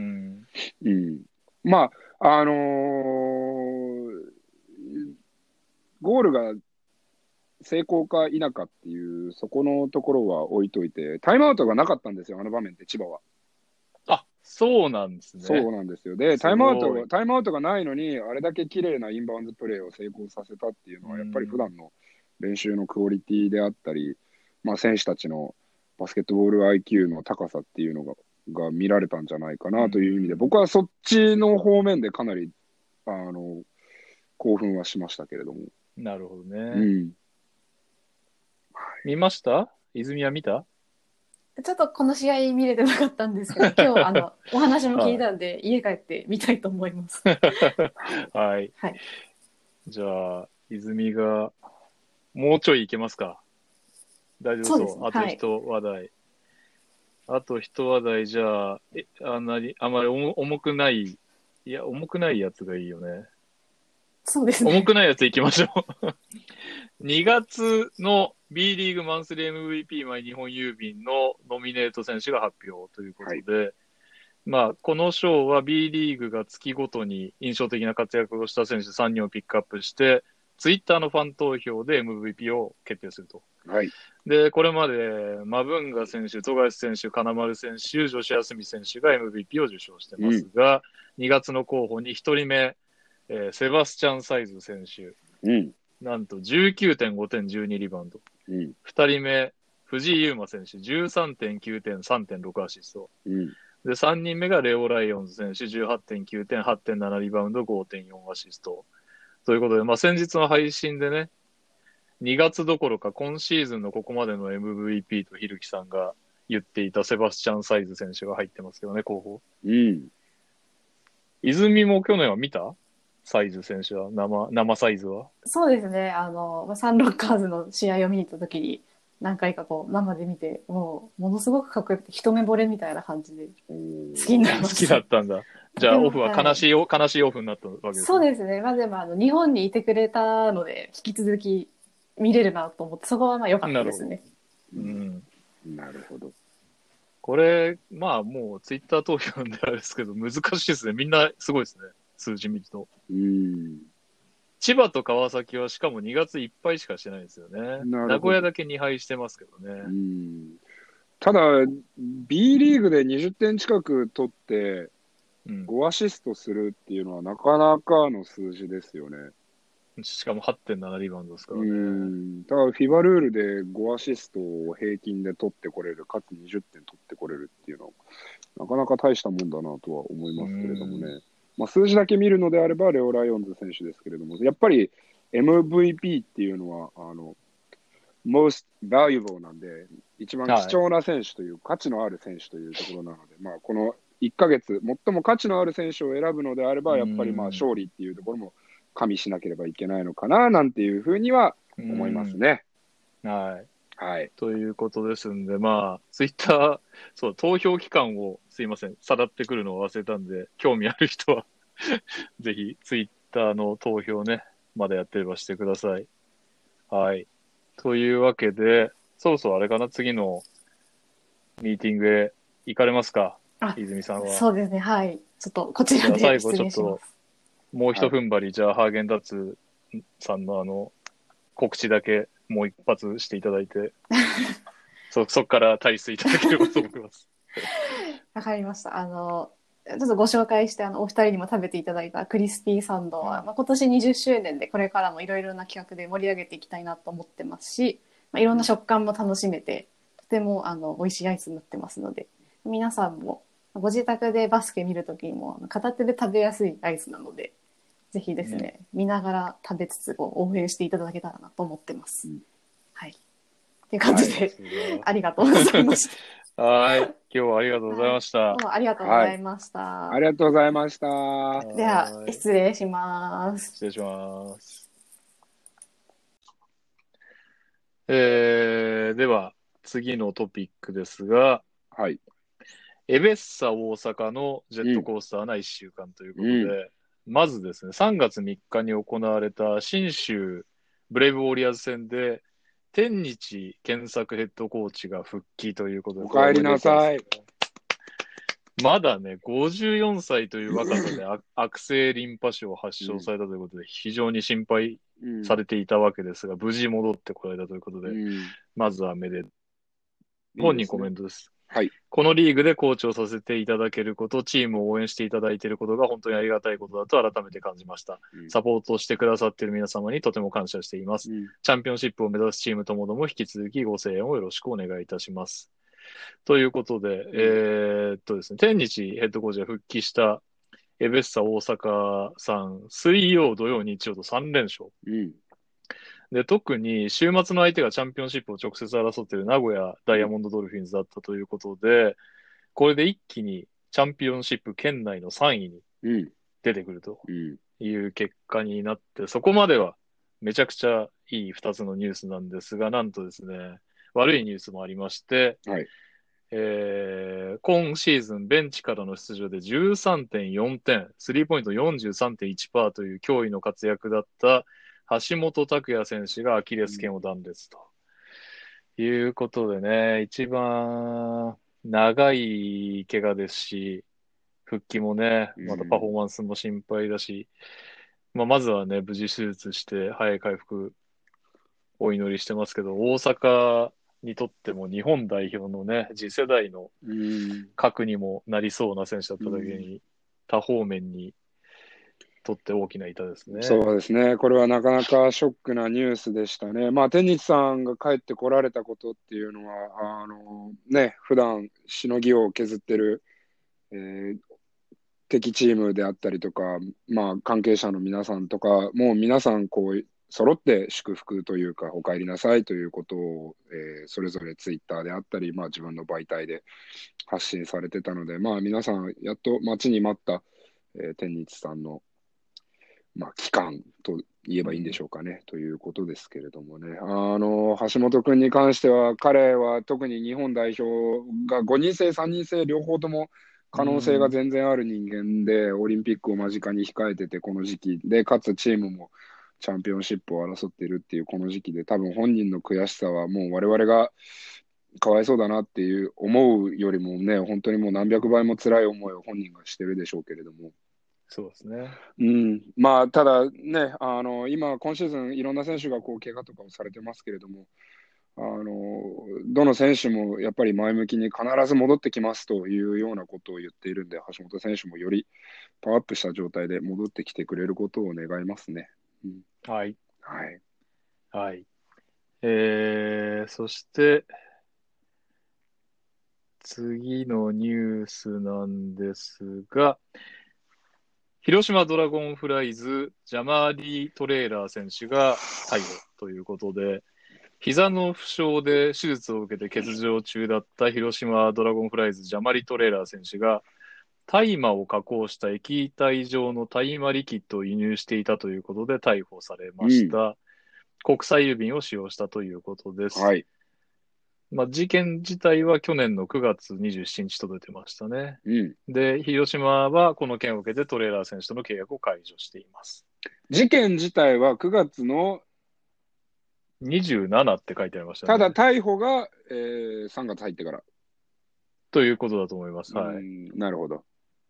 うん、まあ、あのー、ゴールが成功か否かっていう、そこのところは置いといて、タイムアウトがなかったんですよ、あの場面って千葉は。 あ、そうなんですね。 そうなんですよ。で、タイムアウトが、タイムアウトがないのに、あれだけ綺麗なインバウンドプレーを成功させたっていうのは、やっぱり普段の練習のクオリティであったり、まあ、選手たちのバスケットボール アイキュー の高さっていうのがが見られたんじゃないかなという意味で、僕はそっちの方面でかなりあの興奮はしましたけれども。 なるほどね。 うん、 見ました？泉は見た？ ちょっとこの試合見れてなかったんですけど、今日あのお話も聞いたんで、はい、家帰って見たいと思います。 はい。はい。じゃあ、泉がもうちょいいけますか？大丈夫そう。そうですね、あと一話題。はい、あと一話題、じゃあ、えあんなに、あまり重くない、いや、重くないやつがいいよね。 そうですね。 重くないやついきましょう。にがつの B リーグマンスリー エムブイピー 前日本郵便のノミネート選手が発表ということで、はい、 まあ、この賞は B リーグが月ごとに印象的な活躍をした選手さんにんをピックアップして、ツイッターのファン投票で エムブイピー を決定すると。 はい。 で、これまでマブンガ選手、富樫選手、金丸選手、女子休み選手が エムブイピー を受賞してますが、うん、にがつの候補にひとりめ、えー、セバスチャン・サイズ選手、 うん、 なんと じゅうきゅうてんごてんじゅうにリバウンド、 うん、 ふたりめ、藤井祐馬選手 じゅうさんてんきゅうてんさんてんろくアシスト、 うん、 でさんにんめがレオ・ライオンズ選手 じゅうはちてんきゅうてんはちてんなな リバウンド ごてんよんアシストということで、まあ、先日の配信でね、にがつどころか今シーズンのここまでの エムブイピー とひるきさんが言っていたセバスチャン・サイズ選手が入ってますけどね、候補。 うん。 泉も去年は見た？サイズ選手は、生、生サイズは。 そうですね。あの、サンロッカーズの試合を見に行った時に何回かこう生で見て、もうものすごくかっこよくて一目惚れみたいな感じで好きになりました。 好きだったんだ。じゃあオフは悲しい、はい、悲しいオフになったわけですね。 そうですね。まあでもあの日本にいてくれたので引き続き見れるなと思って、そこはまあ良かったですね。 うん。 なるほど。 これ、まあもうツイッター投票であれですけど、難しいですね。みんなすごいですね。数字見ると。 うん。 千葉と川崎はしかもにがついっぱいしかしてないですよね。名古屋だけにはいしてますけどね。 うん。ただ、B リーグでにじゅってん近く取って、ごアシストするっていうのはなかなかの数字ですよね。 しかも はってんなな リバウンドですからね。 うん。ただ、フィバルールでごアシストを平均で取ってこれる、かつにじゅってん取ってこれるっていうのは、なかなか大したもんだなとは思いますけれどもね。まあ、数字だけ見るのであれば、レオ・ライオンズ選手ですけれども、やっぱり エムブイピー っていうのは、あの、most valuable なんで、一番貴重な選手という、はい、価値のある選手というところなので、まあ、このいっかげつ、最も価値のある選手を選ぶのであれば、やっぱりまあ勝利っていうところも加味しなければいけないのかな、なんていうふうには思いますね。 はい。 はい。 ということですんで、まあ、ツイッター、そう、投票期間をすいません、さらってくるのを忘れたんで、興味ある人はぜひツイッターの投票ね、まだやってればしてください。はい。というわけで、そろそろあれかな、次のミーティングへ行かれますか、泉さんは。 そうですね、はい。ちょっとこちらで失礼します。最後ちょっと、 もう一踏ん張り、はい、じゃあ、ハーゲンダッツさんのあの、告知だけもう一発していただいて、そ、そこから退出いただければと思います。 わかりました。あの、ちょっとご紹介して、あの、お二人にも食べていただいたクリスピーサンドは、うん、まあ、今年にじゅっしゅうねんで、これからもいろいろな企画で盛り上げていきたいなと思ってますし、まあ、いろんな食感も楽しめて、とても、あの、美味しいアイスになってますので、皆さんも、ご自宅でバスケ見るときにも、片手で食べやすいアイスなので、ぜひですね、うん、見ながら食べつつ応援していただけたらなと思ってます。うん、はい。っていう感じで、はい、ありがとうございました。 はい。今日はありがとうございました。はい、 どうもありがとうございました。 はい、ありがとうございました。 では、失礼します。 失礼します。えー、では、次のトピックですが、 はい。 エベッサ大阪のジェットコースターないっしゅうかんということで、うん、まずですね、さんがつみっかに行われた信州ブレイブウォリアーズ戦で、天日健作ヘッドコーチが復帰ということで。 お帰りなさい。 まだね、ごじゅうよんさいという若さで悪性リンパ腫を発症されたということで、非常に心配されていたわけですが、うん、無事戻ってこられたということで、うん、まずはめで、本人コメントです。 はい。 このリーグでコーチをさせていただけること、チームを応援していただいていることが本当にありがたいことだと改めて感じました。うん、サポートしてくださっている皆様にとても感謝しています。うん、チャンピオンシップを目指すチームともども引き続きご声援をよろしくお願いいたします。ということで、うん、えー、っとですね、天日ヘッドコーチが復帰したエベッサ大阪さん、水曜、土曜、日曜とさんれんしょう。うんで、特に週末の相手がチャンピオンシップを直接争っている名古屋ダイヤモンドドルフィンズだったということで、これで一気にチャンピオンシップ圏内のさんいに出てくるという結果になって、そこまではめちゃくちゃいいふたつのニュースなんですが、なんとですね、悪いニュースもありまして、 はいえー、今シーズンベンチからの出場で じゅうさんてんよんてん、スリーポイント よんじゅうさんてんいちパーセント という驚異の活躍だった橋本拓也選手がアキレス腱を断裂と、うん、いうことでね、一番長い怪我ですし、 復帰もね、 うんまたパフォーマンスも心配だし、まあ、まずはね、無事手術して早い回復お祈りしてますけど、大阪にとっても日本代表のね、次世代のうん核にもなりそうな選手だっただけに、多方面にとって大きな痛ですね。 そうですね。これはなかなかショックなニュースでしたね。まあ、天日さんが帰ってこられたことっていうのは、あの、ね、普段しのぎを削ってる、えー敵チームであったりとか、まあ、関係者の皆さんとか、もう皆さん、こう、揃って祝福というか、お帰りなさいということを、えーそれぞれツイッターであったり、まあ、自分の媒体で発信されてたので、まあ、皆さん、やっと待ちに待った、えー天日さんの、まあ、期間と言えばいいんでしょうかね、ということですけれどもね。あの、橋本君に関しては、彼は特に日本代表がごにん制、さんにん制、両方とも可能性が全然ある人間で、オリンピックを間近に控えてて、この時期で、かつチームもチャンピオンシップを争っているっていうこの時期で、多分本人の悔しさはもう我々がかわいそうだなっていう思うよりもね、本当にもう何百倍も辛い思いを本人がしてるでしょうけれども。 そうですね。 うん、まあ、ただね、あの今、今シーズン、いろんな選手がこう怪我とかをされてますけれども、あのどの選手もやっぱり前向きに必ず戻ってきますというようなことを言っているんで、橋本選手もよりパワーアップした状態で戻ってきてくれることを願いますね。うん、 はい。 はい。 はい。えー、そして、次のニュースなんですが、広島ドラゴンフライズ、ジャマーリー・トレーラー選手が逮捕ということで、膝の負傷で手術を受けて欠場中だった広島ドラゴンフライズ、ジャマリ・トレーラー選手が、大麻を加工した液体状の大麻リキッドを輸入していたということで逮捕されました。うん、国際郵便を使用したということです。 はい。 まあ、事件自体は去年のくがつにじゅうしちにちと出てましたね。 うん、 で、広島はこの件を受けてトレーラー選手との契約を解除しています。 事件自体はくがつのにじゅうしちって書いてありましたね。 ただ逮捕が、えー、さんがつ入ってから。 ということだと思います。はい。 なるほど。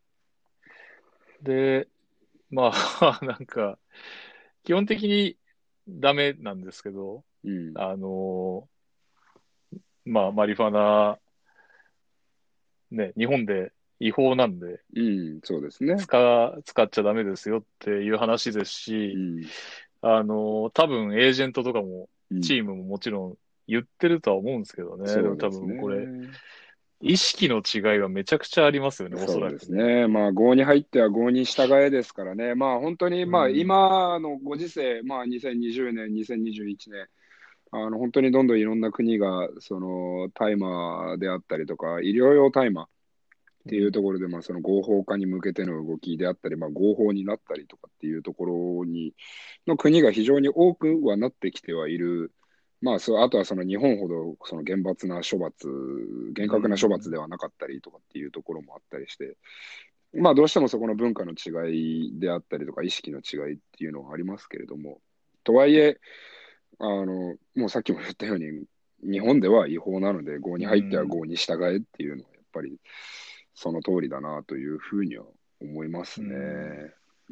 で、まあ、なんか、基本的にダメなんですけど、 うん、 あの、まあ、マリファナ、ね、日本で違法なんで、 うん、そうですね。 使、使っちゃダメですよっていう話ですし、うん、あの、多分エージェントとかも、チームももちろん言ってるとは思うんですけどね。うん、でも多分これ、意識の違いはめちゃくちゃありますよね、おそらく、ね。 そうですね。まあ、郷に入っては郷に従えですからね。まあ、本当に、まあ、今のご時世、まあ、にせんにじゅうねん、にせんにじゅういちねん、あの、本当にどんどんいろんな国が、その、大麻であったりとか、医療用大麻っていうところで、まあ、その合法化に向けての動きであったり、まあ、合法になったりとかっていうところに、の国が非常に多くはなってきてはいる。まあ、そう、あとはその日本ほどその厳罰な処罰、厳格な処罰ではなかったりとかっていうところもあったりして、まあどうしてもそこの文化の違いであったりとか意識の違いっていうのはありますけれども、とはいえ、あの、もうさっきも言ったように、日本では違法なので、郷に入っては郷に従えっていうのはやっぱりその通りだなというふうには思いますね。うん、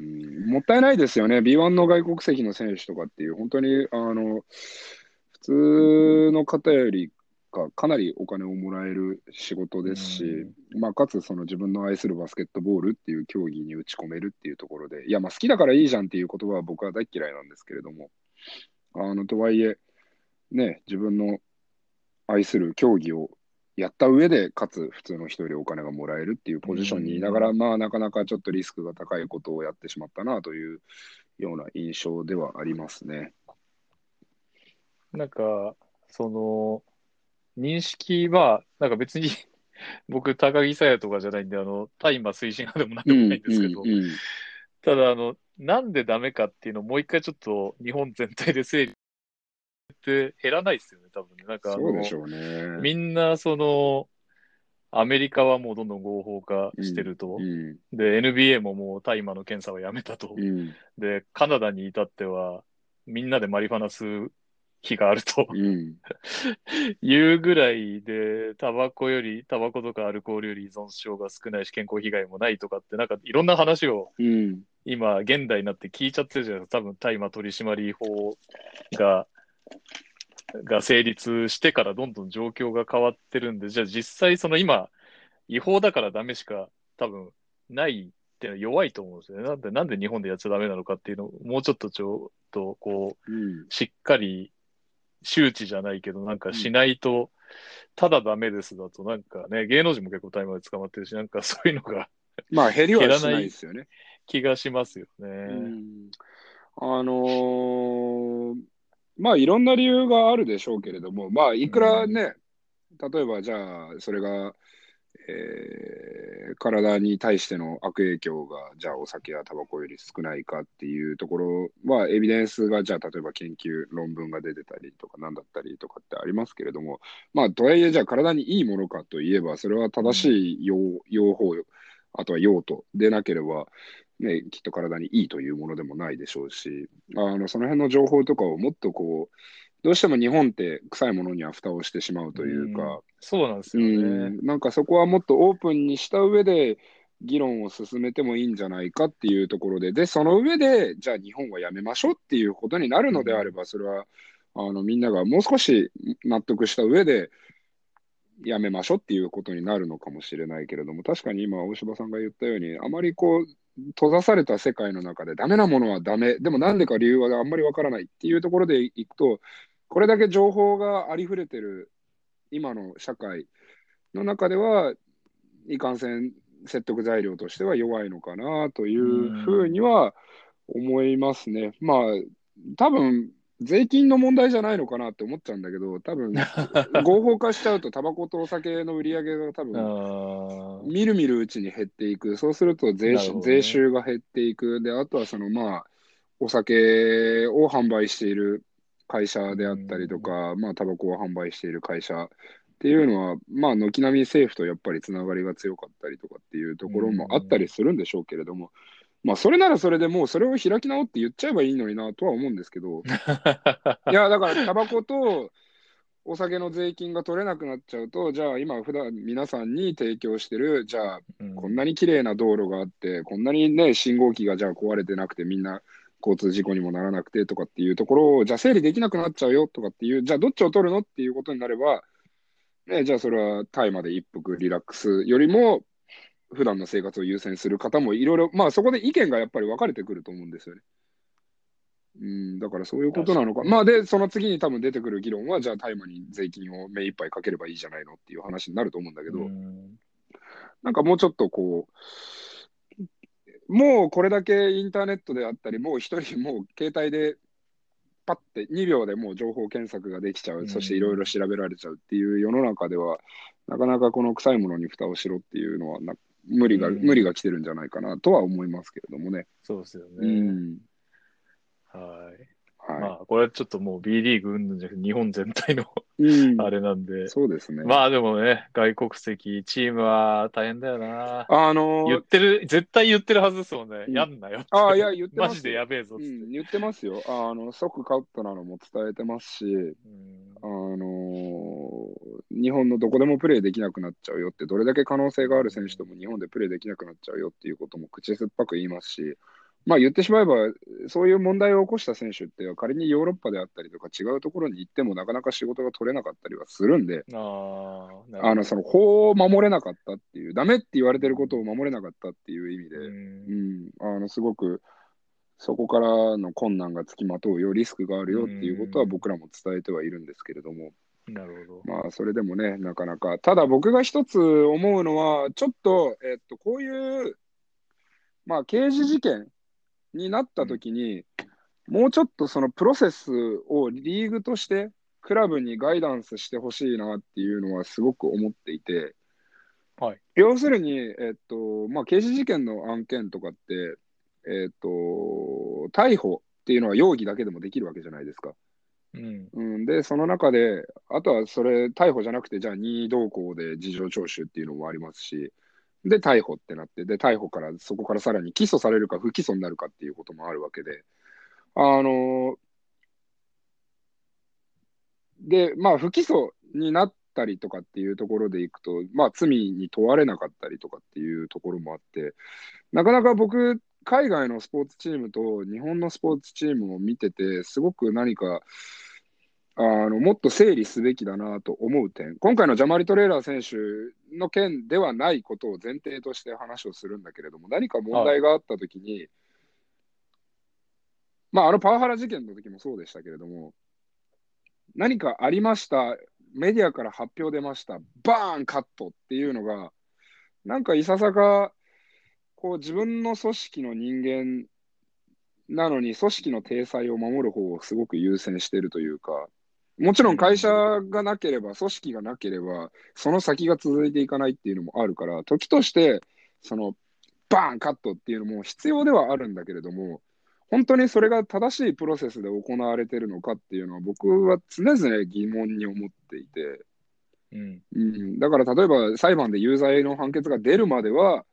もったいないですよね。ビーワン の外国籍の選手とかっていう、本当に、あの、普通の方よりか、かなりお金をもらえる仕事ですし、まあ、かつその自分の愛するバスケットボールっていう競技に打ち込めるっていうところで、いや、まあ好きだからいいじゃんっていう言葉は僕は大嫌いなんですけれども、あの、とはいえ、ね、自分の愛する競技をやった上で、かつ普通の人よりお金がもらえるっていうポジションにいながら、まあなかなかちょっとリスクが高いことをやってしまったなというような印象ではありますね。 なんか、その、認識は、なんか別に僕、高木沙耶とかじゃないんで、あの、大麻推進派でもなんでもないんですけど、 うんうんうん、 ただ、あの、なんでダメかっていうのをもう一回ちょっと日本全体で整理って減らないですよね、多分ね。なんかあの、 そうでしょうね。 みんな、その、アメリカはもうどんどん合法化してると。 うんうん、 で、エヌビーエー ももう大麻の検査をやめたと。 うん、 で、カナダに至っては、みんなでマリファナ吸う日があるとうん。 いうぐらいで、タバコより、タバコとかアルコールより依存症が少ないし、健康被害もないとかって、なんかいろんな話をうん。 今、現代になって聞いちゃってるじゃないですか。多分、大麻取締法が、が成立してからどんどん状況が変わってるんで、じゃあ実際その今、違法だからダメしか多分ないっていうのは弱いと思うんですよね。なんで、なんで日本でやっちゃダメなのかっていうのをもうちょっとちょっとこう、 うん。 しっかり周知じゃないけど、なんかしうん。 ないと、ただダメですだと、なんかね、芸能人も結構大麻で捕まってるし、なんかそういうのがまあ、減りはし減らないないですよね。 気がしますようね。 ん。あのーまあ、いろんな理由があるでしょうけれども、まあ、いくらうん。 ね、例えばじゃあ、それが、えー体に対しての悪影響が、じゃあお酒やタバコより少ないかっていうところは、エビデンスが、じゃあ例えば研究、論文が出てたりとか、なんだったりとかってありますけれども、まあ、とはいえ、じゃあ体にいいものかといえば、それは正うん。 しい用、用法、あとは用途でなければ、ね、きっと体にいいというものでもないでしょうし、あの、その辺の情報とかをもっとこう、どうしても日本って臭いものには蓋をしてしまううというん。 か、 そうなんですうよね。 ん、なんかそこはもっとオープンにした上で議論を進めてもいいんじゃないかっていうところで、で、その上で、じゃあ日本はやめましょうっていうことになるうん。 のであれば、それは、あの、みんながもう少し納得した上でやめましょうっていうことになるのかもしれないけれども、確かに今、大柴さんが言ったように、あまりこう、閉ざされた世界の中でダメなものはダメ、でもなんでか理由はあんまりわからないっていうところでいくと、これだけ情報がありふれてる今の社会の中では、いかんせん説得材料としては弱いのかなといううふうにん。 は思いますね。まあ、多分税金の問題じゃないのかなって思っちゃうんだけど、多分合法化しちゃうと、タバコとお酒の売り上げが多あ分ー、 みるみるうちに減っていく。そうすると税なる収、税ほどね。 収が減っていく。で、あとはそのまあ、お酒を販売している会社うであったりとん。 か、まあ、タバコを販売している会社っていうのは、まあ、軒並み政府とやっぱりつながりが強かったりとかっていうとうころもあったりん。 するんでしょうけれども、まあ、それならそれでもうそれを開き直って言っちゃえばいいのになとは思うんですけど、いや、だからタバコとお酒の税金が取れなくなっちゃうと、じゃあ今普段皆さんに提供してる、じゃあこんうん。 なに綺麗な道路があって、こんなにね、信号機がじゃあ壊れてなくてみんな交通事故にもならなくてとかっていうところを、じゃあ整理できなくなっちゃうよとかっていう、じゃあどっちを取るのっていうことになれば、ね、じゃあそれはタイまで一服リラックスよりも普段の生活を優先する方もいろいろ、まあそこで意見がやっぱり分かれてくると思うんですよね。うん、だからそういうことなのか。 確かにね。 まあで、その次に多分出てくる議論は、じゃあ大麻に税金を目いっぱいかければいいじゃないのっていう話になると思うんだけうど、 ん。 なんかもうちょっとこう、もうこれだけインターネットであったり、もう一人もう携帯でパッてにびょうでもう情報検索ができちゃうう、そしていろいろん。 調べられちゃうっていう世の中では、なかなかこの臭いものに蓋をしろっていうのはな無う理が、無理ん。 が来てるんじゃないかなとは思いますけれどもね。 そうですようね。 ん。 はい。 はい。 まあ、これはちょっともう B リーグ云々じゃなくて、日本全体のうあん。 れなんで。 そうですね。 まあでもね、外国籍チームは大変だよな。 あの言ってる、絶対言ってるはずですもんね。 うん。 やんなよっああ、いて。 や、言ってマますよ。 ジでやべえぞっつって。 うん、言ってますよ。あの、即カットなのも伝えてますし、 うん。 あの日本のどこでもプレーできなくなっちゃうよって、どれだけ可能う性がある選手とん。 も日本でプレーできなくなっちゃうよっていうことも口酸っぱく言いますし、まあ言ってしまえば、そういう問題を起こした選手って仮にヨーロッパであったりとか違うところに行ってもなかなか仕事が取れなかったりはするんで、 ああ、なるあの、そのほど。 法を守れなかったっていう、ダメって言われてることをうん。 守れなかったっていう意味で、 ううん。 ん、あの、すごくそこからの困難がつきまとうよ、リスクがあるうよっていうことはん。 僕らも伝えてはいるんですけれども、 なるほど。 まあ、それでもね、なかなか。ただ僕が一つ思うのは、ちょっと、えっと、こういう、まあ、刑事事件になったとうん。 きに、もうちょっとそのプロセスをリーグとして、クラブにガイダンスしてほしいなっていうのはすごく思っていて、 はい。 要するに、えっと、まあ、刑事事件の案件とかって、えっと、逮捕っていうのは容疑だけでもできるわけじゃないですか。 うん。 うん、で、その中で、あとはそれ、逮捕じゃなくて、じゃあ任意同行で事情聴取っていうのもありますし、で、逮捕ってなって、で、逮捕からそこからさらに起訴されるか不起訴になるかっていうこともあるわけで、あの、 で、まあ、不起訴になったりとかっていうところでいくと、まあ、罪に問われなかったりとかっていうところもあって、なかなか僕、海外のスポーツチームと日本のスポーツチームを見てて、すごく何か、あの、もっと整理すべきだなと思う点。今回のジャマリ・トレーラー選手の件ではないことを前提として話をするんだけれども、何か問はい。 題があったときに、まあ、あのパワハラ事件の時もそうでしたけれども、何かありました、メディアから発表出ました、バーンカットっていうのが、なんかいささか、こう自分の組織の人間なのに、組織の体裁を守る方をすごく優先しているというか、もちろん会社がなければ、組織がなければ、その先が続いていかないっていうのもあるから、時として、その、バーンカットっていうのも必要ではあるんだけれども、本当にそれが正しいプロセスで行われているのかっていうのは、僕は常々疑問に思っていて、 うん。 うん、だから例えば裁判で有罪の判決が出るまでは、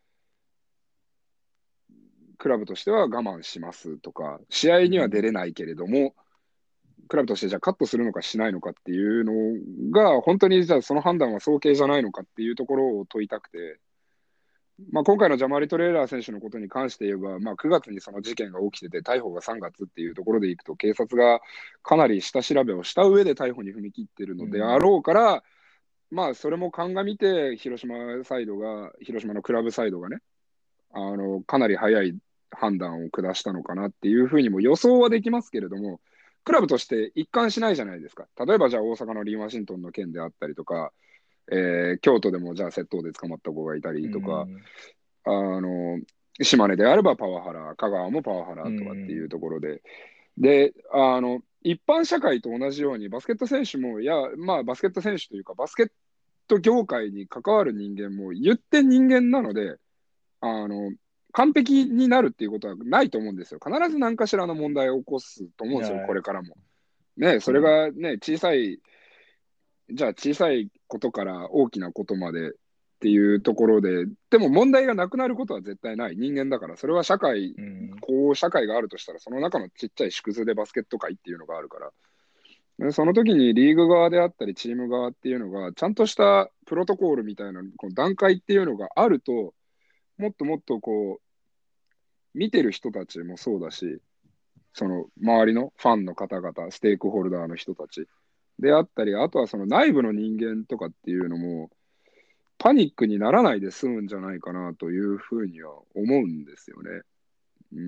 クラブとしては我慢しますとか、試合には出れないけれども、クラブとしてじゃあカットするのかしないのかっていうのが、本当にじゃあその判断は早計じゃないのかっていうところを問いたくて、まあ、今回のジャマリ・トレーラー選手のことに関して言えば、まあ、くがつにその事件が起きてて、逮捕がさんがつっていうところでいくと、警察がかなり下調べをした上で逮捕に踏み切っているのであろうから、まあ、それも鑑みて、広島サイドが、広島のクラブサイドがね、あのかなり早い判断を下したのかなっていうふうにも予想はできますけれども、クラブとして一貫しないじゃないですか。例えばじゃあ大阪のリー・ワシントンの件であったりとか、えー京都でもじゃあ窃盗で捕まった子がいたりとか、あの島根であればパワハラ、香川もパワハラとかっていうところで、で、あの一般社会と同じようにバスケット選手も、いや、まあバスケット選手というか、バスケット業界に関わる人間も言って人間なので、あの完璧になるっていうことはないと思うんですよ。必ず何かしらの問題を起こすと思うんですよ、これからも。ね、それがね、小さい、じゃあ小さいことから大きなことまでっていうところで、でも問題がなくなることは絶対ない。人間だから、それは社会、こう社会があるとしたら、その中のちっちゃい縮図でバスケット界っていうのがあるから、でその時にリーグ側であったり、チーム側っていうのが、ちゃんとしたプロトコールみたいな、この段階っていうのがあると、もっともっとこう、見てる人たちもそうだし、その周りのファンの方々、ステークホルダーの人たちであったり、あとはその内部の人間とかっていうのも、パニックにならないで済むんじゃないかなというふうには思うんですよね。うん、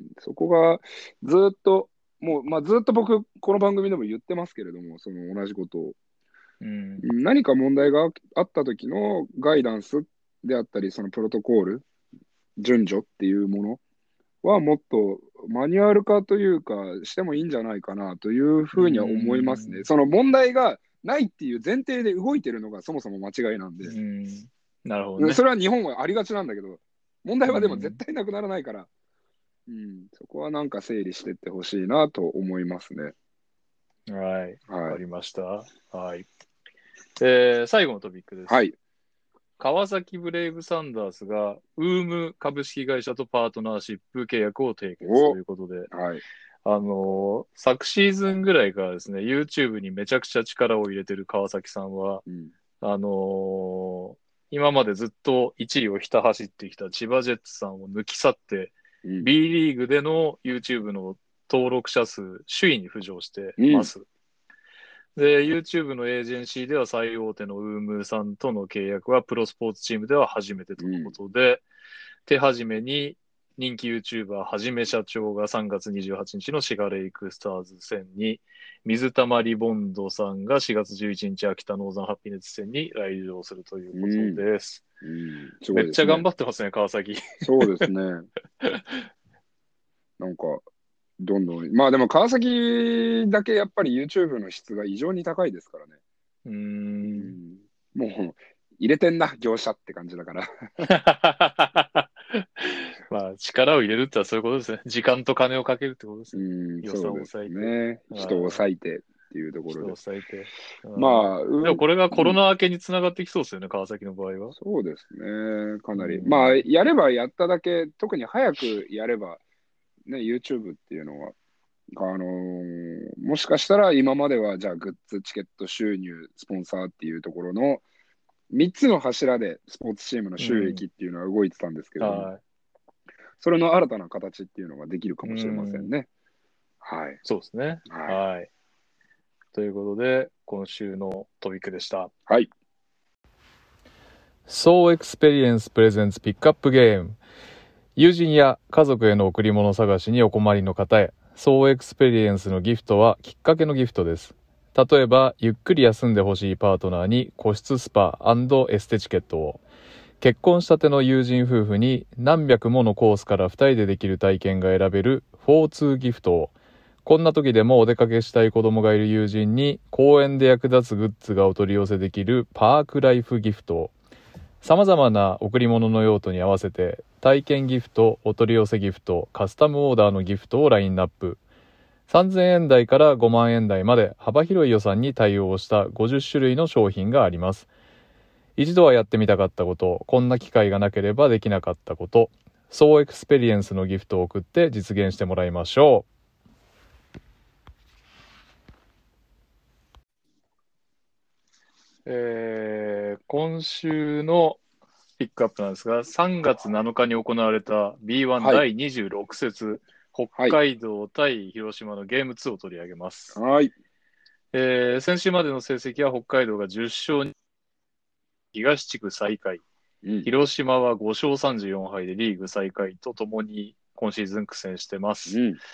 そこがずっと、もう、まあ、ずっと僕、この番組でも言ってますけれども、その同じことを。 うん。 何か問題があった時のガイダンスであったり、そのプロトコール、順序っていうものはもっとマニュアル化というかしてもいいんじゃないかなというふうには思いますね。その問題がないっていう前提で動いてるのがそもそも間違いなんで、 うん。なるほどね。 それは日本はありがちなんだけど、問題はでも絶対なくならないから、うん、そこはなんか整理していってほしいなと思いますね。 はい。わはい。 かりました。はい。えー最後のトピックです。 はい。 川崎ブレイブサンダースが、ウーム株式会社とパートナーシップ契約を締結ということで、 はい。 あのー昨シーズンぐらいからですね、YouTube にめちゃくちゃ力を入れてる川崎さんは、 うん。 あのー今までずっといちいをひた走ってきた千葉ジェッツさんを抜き去って、 うん、 B リーグでの YouTube の登録者数首位に浮上してます。 うんで、YouTube のエージェンシーでは最大手のウームさんとの契約はプロスポーツチームでは初めてとのことで、うん、手始めに人気 YouTuber はじめ社長がさんがつにじゅうはちにちのシガレイクスターズ戦に、水溜りボンドさんがしがつじゅういちにち秋田ノーザンハピネッツ戦に来場するということです。 うんうん、すごいですね。めっちゃ頑張ってますね、川崎。 そうですね。なんか、どんどん。まあでも川崎だけやっぱり YouTube の質が異常に高いですからね。 うーん。 うんもう入れてんな、業者って感じだから。 まあ力を入れるってのはそういうことですね。時間と金をかけるってことですね。 うん、 予算を抑えて。 ね。人を抑えてっていうところで。 人を抑えて。 まあ、 うん、でもこれがコロナ明けにつながってきそうですよね、うん、川崎の場合は。 そうですね、かなり。うん、まあ、やればやっただけ、特に早くやれば、ね、YouTube っていうのは、あのー、 もしかしたら今まではじゃあグッズ、チケット収入、スポンサーっていうところのみっつの柱でスポーツチームの収益っていうのは動いてたんですけれども、 はい。 それの新たな形っていうのができるかもしれませんうんね。はい。 そうですね。 はい。 はい。ということで、今週のトピックでした。 はい。 So Experience Presents Pickup Game。友人や家族への贈り物探しにお困りの方へ、So Experience のギフトはきっかけのギフトです。例えば、ゆっくり休んでほしいパートナーに個室スパ&エステチケットを、結婚したての友人夫婦に何百ものコースからふたりでできる体験が選べるフォーツーギフトを、こんな時でもお出かけしたい子供がいる友人に公園で役立つグッズがお取り寄せできるパークライフギフトを、様々な贈り物の用途に合わせて体験ギフト、お取り寄せギフト、カスタムオーダーのギフトをラインナップ。さんぜんえん台からごまんえん台まで幅広い予算に対応したごじゅっしゅるいの商品があります。一度はやってみたかったこと、こんな機会がなければできなかったこと、そうエクスペリエンスのギフトを送って実現してもらいましょう。えー、今週のピックアップなんですが、さんがつなのかに行われた ビーワンはいだいにじゅうろく節、北海道対広島のゲームツーを取り上げます。 はい。 えー、先週までの成績は北海道がじゅっしょう、東地区最下位、 うん。 広島はごしょうさんじゅうよんはいでリーグ最下位とともに今シーズン苦戦してます。 うん。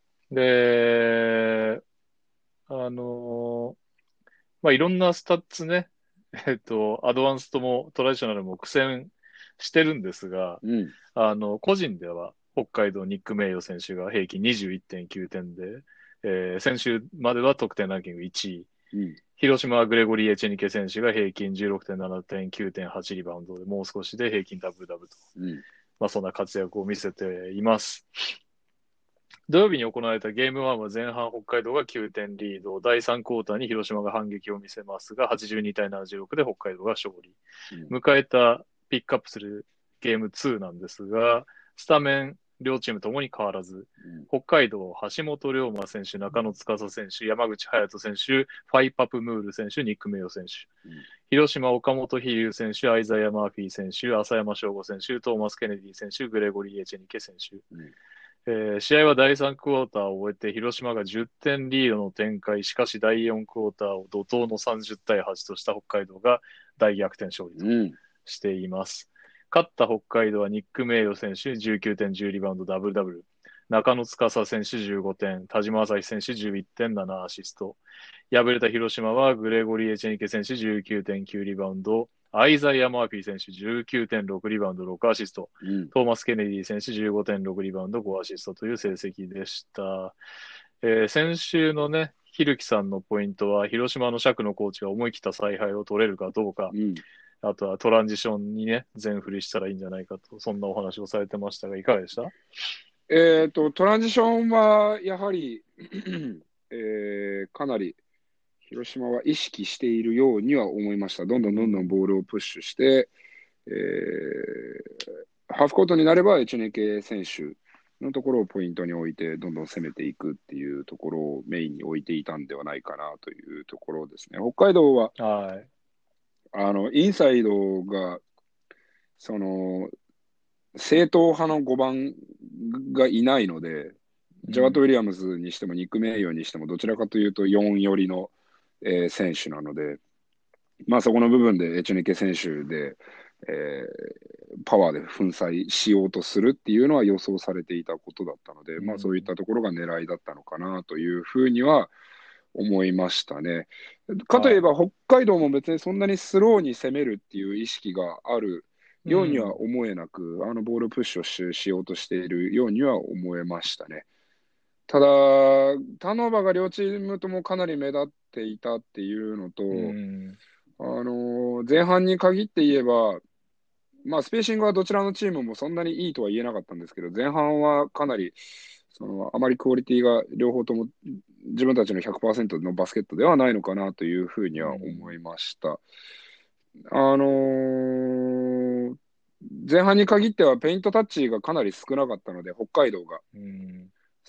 で、あのーまあ、いろんなスタッツね、えっと、アドバンストもトラディショナルも苦戦してるんですが、 うん。 あの、個人では北海道ニック・メイヨ選手が平均 にじゅういってんきゅうてんで、えー先週までは得点ランキングいちい。 うん。 広島はグレゴリー・エチェニケ選手が平均 じゅうろくてんななてん、きゅうてんはち リバウンドで、もう少しで平均ダブルダブルと。 うん。 まあ、そんな活躍を見せています。土曜日に行われたゲームワンは前半北海道がきゅうてんリード、だいさんクォーターに広島が反撃を見せますが、はちじゅうにたいななじゅうろくで北海道が勝利。 うん。 迎えたピックアップするゲームツーなんですが、スタメン両チームともに変わらず、北海道、橋本龍馬選手、中野司選手、山口隼人選手、ファイパプムール選手、ニック・メイヨ選手。 うん広島、岡本飛龍選手、アイザイア・マーフィー選手、浅山翔吾選手、トーマス・ケネディ選手、グレゴリー・エチェニケ選手。 うんえー試合はだいさんクォーターを終えて、広島がじゅってんリードの展開、しかしだいよんクォーターを怒涛のさんじゅうたいはちとした北海道が大逆転勝利とうん。 しています。勝った北海道はニック・メイヨ選手じゅうきゅうてん、じゅうリバウンド、ダブルダブル。中野司選手じゅうごてん、田島朝日選手じゅういってん、ななアシスト。敗れた広島はグレゴリー・エチェニケ選手じゅうきゅうてんきゅうリバウンド、アイザイア・マーフィー選手じゅうきゅうてんろくリバウンド、ろくアシスト。 うん。 トーマス・ケネディ選手じゅうごてんろくリバウンド、ごアシストという成績でした。えー先週のね、ひるきさんのポイントは、広島の釈のコーチが思い切った采配を取れるかどうか、 うん。 あとはトランジションにね、全振りしたらいいんじゃないかと、そんなお話をされてましたが、いかがでした？ えっと、トランジションはやはり、えーかなり広島は意識しているようには思いました。どんどんどんどんボールをプッシュして、えーハーフコートになればエチェネケ選手のところをポイントに置いて、どんどん攻めていくっていうところをメインに置いていたんではないかなというところですね。北海道は、 はい。 あの、インサイドが、その、正統派のごばんがいないので、ジャワット・ウィリアムズにしてもニック・メイヨにしてもどちらかというとよん寄りの、えー選手なので、まあそこの部分でエチェニケ選手で、えーパワーで粉砕しようとするっていうのは予想されていたことだったので、 うんまあそういったところが狙いだったのかなというふうには思いましたね。かといえば北海道も別にそんなにスローに攻めるっていう意識があるようには思えなく、あのボールプッシュをししようとしているようには思えましたね。ただ、ターンオーバーが両チームともかなり目立っていたっていうのと、 うん。 あの前半に限って言えば、まあ、スペーシングはどちらのチームもそんなにいいとは言えなかったんですけど、前半はかなりそのあまりクオリティが両方とも自分たちの ひゃくパーセント のバスケットではないのかなというふうには思いました。あのー前半に限ってはペイントタッチがかなり少なかったので、北海道が。 うん。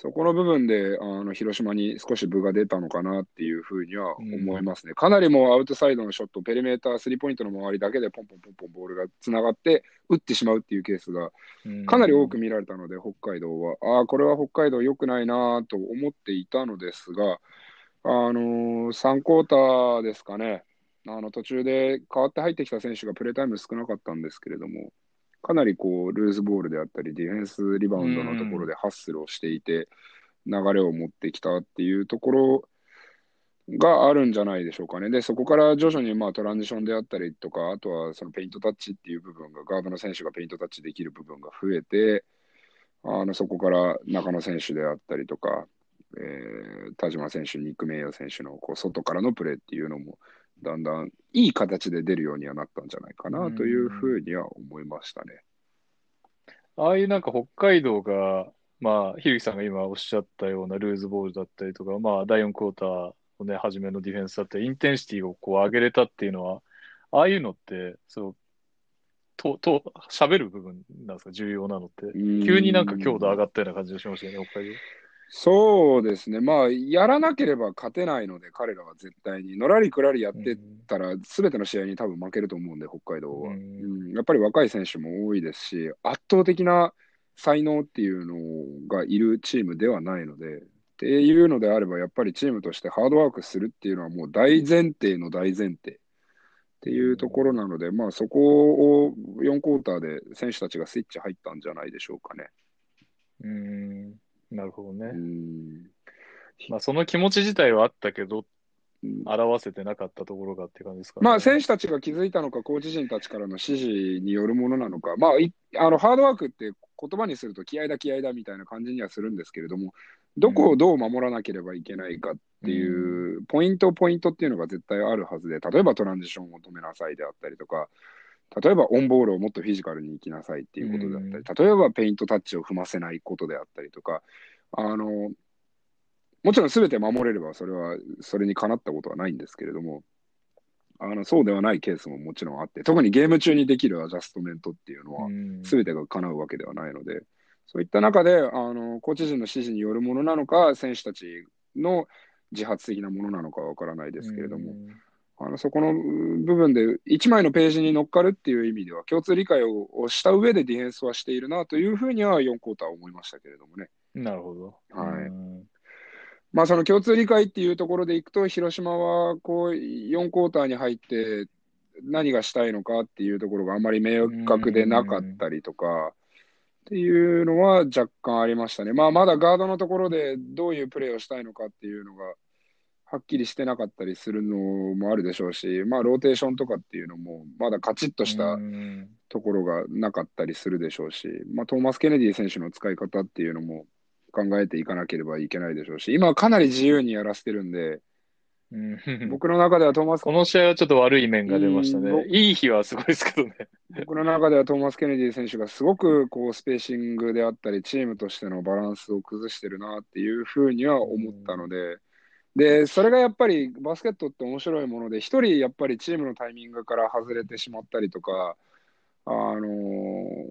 そこの部分で、あの、広島に少し分が出たのかなっていうふうには思いますね。かなりもうアウトサイドのショット、ペリメーター、スリーポイントの周りだけでポンポンポンポンボールがつながって打ってしまうっていうケースがかなり多く見られたので、北海道は、ああ、これは北海道良くないなと思っていたのですが、あのー、さんクォーターですかね、あの途中で変わって入ってきた選手がプレータイム少なかったんですけれども、かなりこうルーズボールであったり、ディフェンスリバウンドのところでハッスルをしていて、流れを持ってきたっていうところがあるんじゃないでしょうかね。で、そこから徐々にまあトランジションであったりとか、あとはそのペイントタッチっていう部分が、ガードの選手がペイントタッチできる部分が増えて、あのそこから中野選手であったりとか、えー、田島選手、ニック・メイヤー選手のこう外からのプレーっていうのも、だんだんいい形で出るようにはなったんじゃないかなというふうには思いましたね。 ああいうなんか北海道が、まあ、ひるきさんが今おっしゃったようなルーズボールだったりとか、まあ、だいよんクォーターのね、初めのディフェンスだったり、インテンシティをこう上げれたっていうのは、ああいうのって、そう、と、と、喋る部分なんですか、重要なのって。急になんか強度上がったような感じがしましたよね、北海道。 そうですね。まあ、やらなければ勝てないので、彼らは絶対に。のらりくらりやってたら、すべての試合に多分負けると思うんで、北海道は。 ううんん、やっぱり若い選手も多いですし、圧倒的な才能っていうのがいるチームではないので、っていうのであれば、やっぱりチームとしてハードワークするっていうのはもう大前提の大前提っていうところなので、まあそこをよんクォーターで選手たちがスイッチ入ったんじゃないでしょうかね。 うーん、なるほどね。 うん。 まあ、その気持ち自体はあったけど、 うん表せてなかったところがって感じですかね。 まあ、選手たちが気づいたのか、コーチ陣たちからの指示によるものなのか、まあ、いあのハードワークって言葉にすると気合だ、気合だみたいな感じにはするんですけれども、どこをどう守らなければいけないかっていう、ポイント、ポイントっていうのが絶対あるはずで、例えばトランジションを止めなさいであったりとか、例えばオンボールをもっとフィジカルに行きなさいっていうことであったり、例えばペイントタッチを踏ませないことであったりとか、あのもちろん全て守れれば、それは、それにかなったことはないんですけれども、あのそうではないケースももちろんあって、特にゲーム中にできるアジャストメントっていうのは、すべてが叶うわけではないので、そういった中で、あのコーチ陣の指示によるものなのか、選手たちの自発的なものなのかはわからないですけれども、あのそこの部分で、いちまいのページに乗っかるっていう意味では、共通理解をした上でディフェンスはしているなというふうには、よんクォーター思いましたけれどもね。 なるほど。 はい。まあ、その共通理解っていうところでいくと、広島はこうよんクォーターに入って何がしたいのかっていうところがあまり明確でなかったりとかっていうのは若干ありましたね。まあ、まだガードのところでどういうプレーをしたいのかっていうのがはっきりしてなかったりするのもあるでしょうし、まあ、ローテーションとかっていうのもまだカチッとしたところがなかったりするでしょうし、まあ、トーマス・ケネディ選手の使い方っていうのも考えていかなければいけないでしょうし、今はかなり自由にやらせてるんで、 うん、 僕の中ではトーマス、 この試合はちょっと悪い面が出ましたね。いい日はすごいですけどね。 僕の中ではトーマス・ケネディ選手がすごくこうスペーシングであったり、チームとしてのバランスを崩してるなっていうふうには思ったので、で、それがやっぱりバスケットって面白いもので、一人やっぱりチームのタイミングから外れてしまったりとか、あのー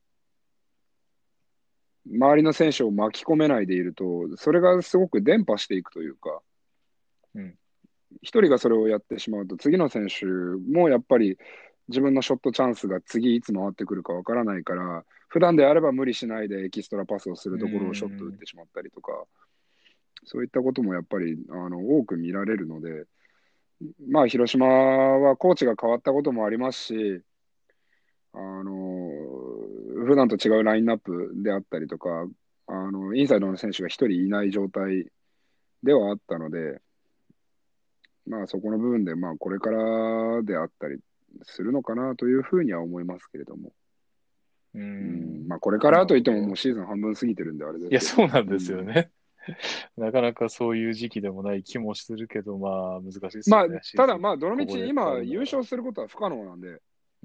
周りの選手を巻き込めないでいると、それがすごく伝播していくというか、 うん、 一人がそれをやってしまうと、次の選手もやっぱり自分のショットチャンスが次いつ回ってくるかわからないから、普段であれば無理しないでエキストラパスをするところをショット打ってしまったりとか、そういったこともやっぱりあの多く見られるので、まあ、広島はコーチが変わったこともありますし、あの普段と違うラインナップであったりとか、あのインサイドの選手が一人いない状態ではあったので、まあ、そこの部分で、まあ、これからであったりするのかなというふうには思いますけれども、 ううんんまあ、これからといっても、もうシーズン半分過ぎてるんで、あれですいや、 けどそうなんですよね。うん、なかなかそういう時期でもない気もするけど、まあ、難しいですよね。 まあ、ただ、まあ、どのみち今、優勝勝することは不可能なんで、 うん、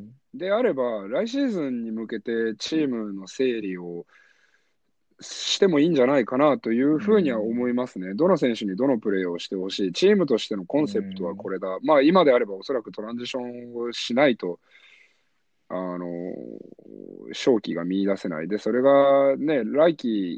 であれば、来シーズンに向けてチームの整理をしてもいいんじゃないかなというふうには思いますね。どの選手にどのプレーをしてほしい。チームとしてのコンセプトはこれだ。まあ今であればおそらくトランジションをしないと、あの、勝機が見出せない。で、それがね、来季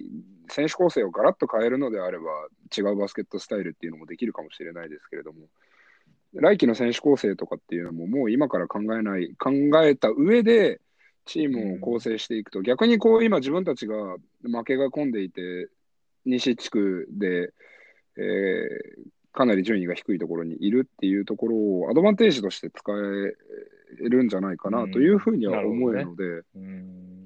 選手構成をガラッと変えるのであれば、違うバスケットスタイルっていうのもできるかもしれないですけれども、来季の選手構成とかっていうのももう今から考えない、考えた上でチームを構成していくと、逆にこう今自分たちが負けが込んでいて、西地区で、えーかなり順位が低いところにいるっていうところをアドバンテージとして使えるんじゃないかなというふうには思えるので、 うん、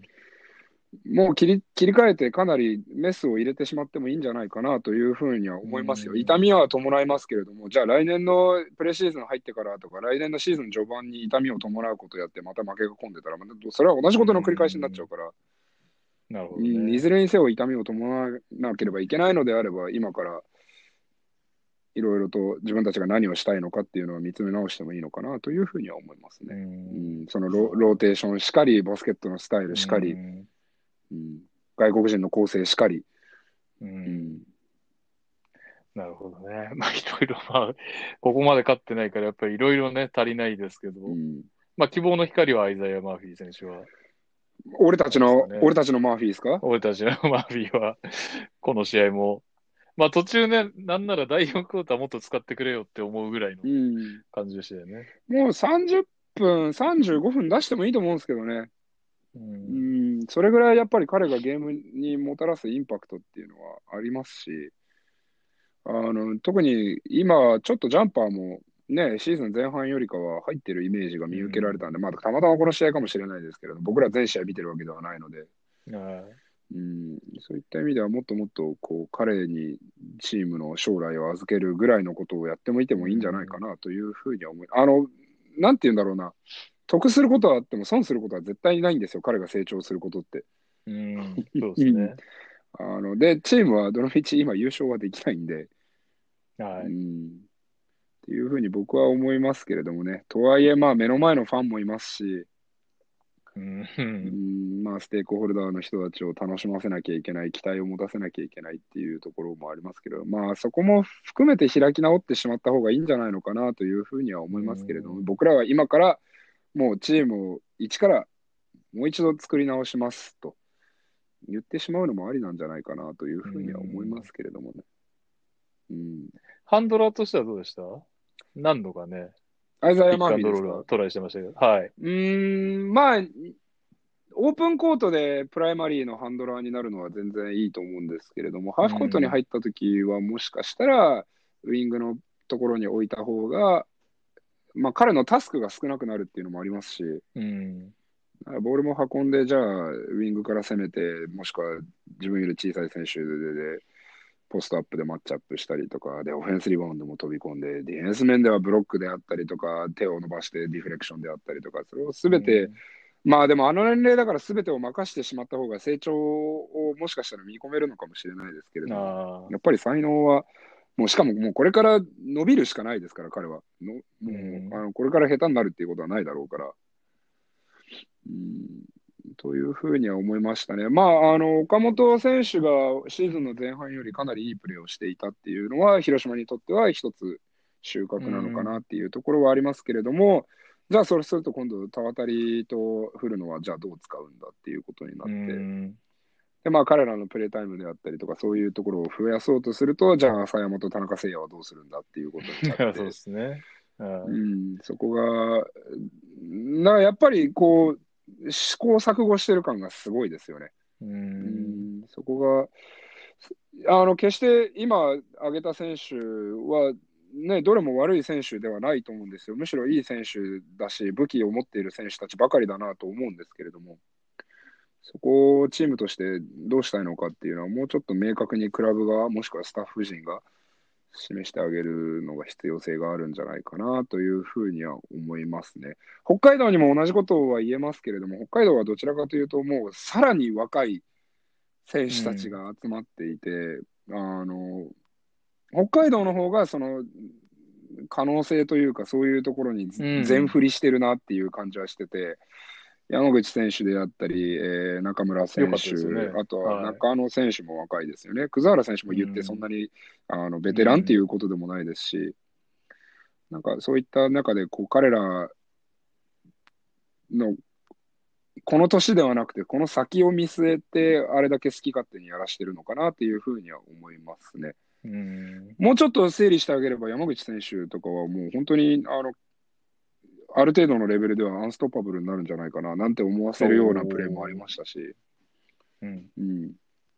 もう切り、切り替えてかなりメスを入れてしまってもいいんじゃないかなというふうには思いますよ。 うん痛みは伴いますけれども、じゃあ来年のプレシーズン入ってからとか、来年のシーズン序盤に痛みを伴うことやってまた負けが込んでたら、またそれは同じことの繰り返しになっちゃうから、 なるほどうんいね。 ずれにせよ痛みを伴わなければいけないのであれば、今からいろいろと自分たちが何をしたいのかっていうのを見つめ直してもいいのかなというふうには思いますね。 ううんん、そのロ、ローテーションしかり、バスケットのスタイルしかり、 うんうん、外国人の構成しかり、 ううんん、なるほどね。まあいろいろ、まあ、ここまで勝ってないから、やっぱりいろいろね、足りないですけど、 うんまあ希望の光はアイザイア・マーフィー選手は、 俺たちの、 あれですかね。 俺たちのマーフィーですか？ 俺たちのマーフィーは、この試合も、まあ途中ね、なんならだいよんクォーターもっと使ってくれよって思うぐらいのうん。 感じでしたよね。 もうさんじゅっぷん、さんじゅうごふん出してもいいと思うんですけどね。 う、 うんん、それぐらいやっぱり彼がゲームにもたらすインパクトっていうのはありますし、あの、特に今、ちょっとジャンパーもね、シーズン前半よりかは入ってるイメージが見受けられたんで、まあ、たまたまこの試合かもしれないですけれど、僕ら全試合見てるわけではないので、 はうん、そういった意味ではもっともっとこう彼にチームの将来を預けるぐらいのことをやってもいてもいいんじゃないかなというふうには思い、あの、なんて言うんだろうな、得することはあっても損することは絶対にないんですよ、彼が成長することって。 い。うん、そうですね。 あので、チームはどのみち今優勝はできないんで、 はい。 うんっていうふうに僕は思いますけれどもね。とはいえ、まあ目の前のファンもいますし、 うんう、ん、まあステークホルダーの人たちを楽しませなきゃいけない、期待を持たせなきゃいけないっていうところもありますけど、まあそこも含めて開き直ってしまった方がいいんじゃないのかなというふうには思いますけれども、 うん僕らは今からもうチームを一からもう一度作り直しますと言ってしまうのもありなんじゃないかなというふうには思いますけれどもね。うん、 ハンドラーとしてはどうでした？何度かね、 アイザイア・ピックアンドマーフィーですか？ ロールはトライしてましたけど、はい。 うーん、まあ、オープンコートでプライマリーのハンドラーになるのは全然いいと思うんですけれども、ハーフコートに入ったときはもしかしたら、ウイングのところに置いた方が、まあ彼のタスクが少なくなるっていうのもありますし、 うん。 ボールも運んで、じゃあウイングから攻めて、もしくは自分より小さい選手で、ポストアップでマッチアップしたりとか、で、オフェンスリバウンドも飛び込んで、ディフェンス面ではブロックであったりとか、手を伸ばしてディフレクションであったりとか、それをすべて、 うんまあでもあの年齢だから全てを任してしまった方が成長をもしかしたら見込めるのかもしれないですけれども、 ああ、 やっぱり才能は、もうしかももうこれから伸びるしかないですから、彼は。のもう、 うんあのこれから下手になるっていうことはないだろうから。うんというふうには思いましたね。まあ、あの、岡本選手がシーズンの前半よりかなりいいプレーをしていたっていうのは、広島にとっては一つ収穫なのかなっていうところはありますけれども、じゃあ、それすると今度、田渡と振るのは、じゃあどう使うんだっていうことになうって、 ん。 で、まあ、彼らのプレータイムであったりとか、そういうところを増やそうとすると、じゃあ、浅山と田中誠也はどうするんだっていうことになっそうて、 ですね。はうい。 ん、そこが、なやっぱりこう、試行錯誤してる感がすごいですよね。 う。 うんん、そこが、あの、決して今挙げた選手は、ね、どれも悪い選手ではないと思うんですよ。むしろいい選手だし、武器を持っている選手たちばかりだなと思うんですけれども、そこをチームとしてどうしたいのかっていうのは、もうちょっと明確にクラブ側、もしくはスタッフ陣が示してあげるのが必要性があるんじゃないかなというふうには思いますね。北海道にも同じことは言えますけれども、北海道はどちらかというと、もうさらに若い選手たちが集まっていて、あの、北海道の方がその可能性というか、そういうところにうん全振りしてるなっていう感じはしてて、山口選手であったり、えー中村選よかった手、 ですよね。 あとははい。 中野選手も若いですよね。葛原選手も言ってそんなに、あのベテランっていうことでもないですし、なんかそういった中でこう彼らのこの年ではなくて、この先を見据えて、あれだけ好き勝手にやらしてるのかなっていうふうには思いますね。 うん。 もうちょっと整理してあげれば、山口選手とかはもう本当に、あの、ある程度のレベルではアンストッパブルになるんじゃないかな、なんて思わせるようなプレーもありましたし、 うん。 うん。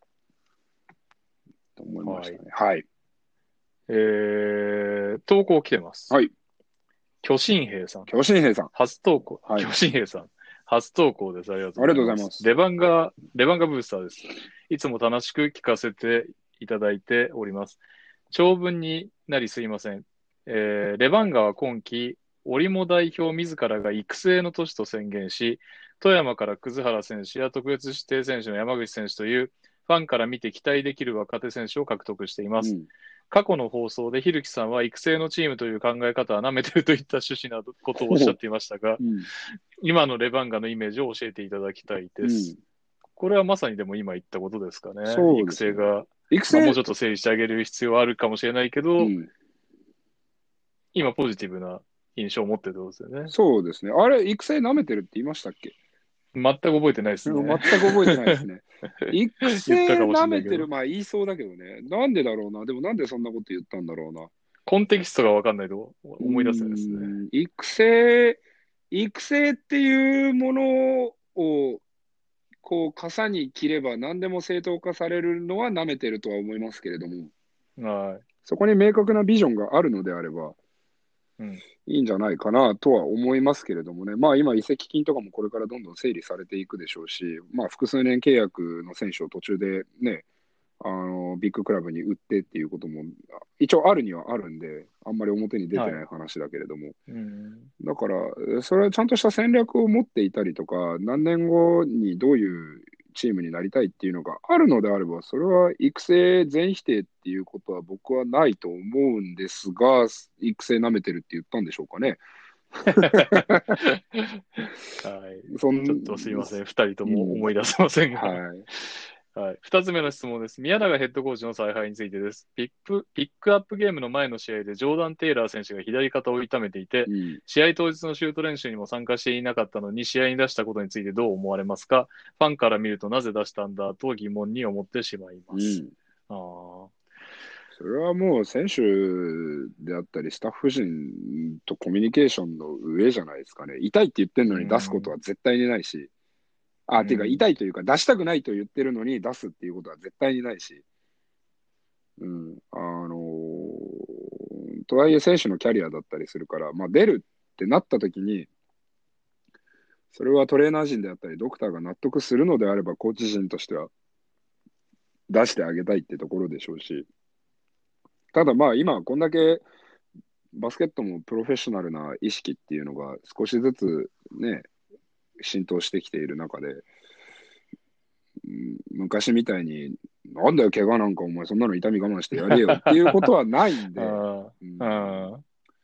と思いましたね。はい。 えー、投稿来てます。 はい。 巨神兵さん。 巨神兵さん。 初投稿。 はい巨神兵さん。初投稿です。ありがとうありがとうございま。 ございますす。 レバンガ、レバンガブースターです。いつも楽しく聞かせていただいております。長文になりすいません。えーレバンガは今季、折茂代表自らが育成の都市と宣言し、富山から葛原選手や特別指定選手の山口選手というファンから見て期待できる若手選手を獲得しています。 うん。 過去の放送でひるきさんは育成のチームという考え方は舐めてるといった趣旨なことをおっしゃっていましたが、 うん。 今のレバンガのイメージを教えていただきたいです。 うん。 これはまさにでも今言ったことですかね。育そうですね成が、 育成まあもうちょっと整理してあげる必要はあるかもしれないけど、 うん。 今ポジティブな印象を持ってるってことですよね。 そうですね。あれ、育成舐めてるって言いましたっけ？ 全く覚えてないです全ね。 く覚えてないですね。育言った成かもしれないけど舐めてる、まあ言いそうだけどね。なんでだろうな。でもなんでそんなこと言ったんだろうな。 コンテキストがわかんないとう思い出せないですね。 ーん、育成、育成っていうものを、こう、傘に切れば何でも正当化されるのは舐めてるとは思いますけれども、 はそこに明確なビジョンがあるのであれば、 い。うん。 いいんじゃないかなとは思いますけれどもね。まあ今移籍金とかもこれからどんどん整理されていくでしょうし、まあ複数年契約の選手を途中でね、あの、ビッグクラブに売ってっていうことも、一応あるにはあるんで、あんまり表に出てない話だけれども。 うん。 だから、それはちゃんとした戦略を持っていたりとか、何年後にどういうチームになりたいっていうのがあるのであれば、それは育成全否定っていうことは僕はないと思うんですが、育成舐めてるって言ったんでしょうかね。 はい。 そんちょっとすいません。二人とも思い出せませんが。 はい。 はい。二つ目の質問です。宮永ヘッドコーチの采配についてです。ピック、ピックアップゲームの前の試合でジョーダン・テイラー選手が左肩を痛めていて、 うん、 試合当日のシュート練習にも参加していなかったのに試合に出したことについてどう思われますか？ファンから見るとなぜ出したんだと疑問に思ってしまいます。 うん。 あそれはもう選手であったり、スタッフ陣とコミュニケーションの上じゃないですかね。痛いって言ってるのに出すことは絶対にないし、あ、 うんていうか痛いというか出したくないと言ってるのに出すっていうことは絶対にないし、うん、あのーとはいえ選手のキャリアだったりするから、まあ出るってなった時に、それはトレーナー陣であったり、ドクターが納得するのであれば、コーチ陣としては出してあげたいってところでしょうし、ただまあ今こんだけバスケットもプロフェッショナルな意識っていうのが少しずつね、浸透してきている中で、うん昔みたいに、なんだよ、怪我なんかお前そんなの痛み我慢してやれよっていうことはないんで、 あうんあ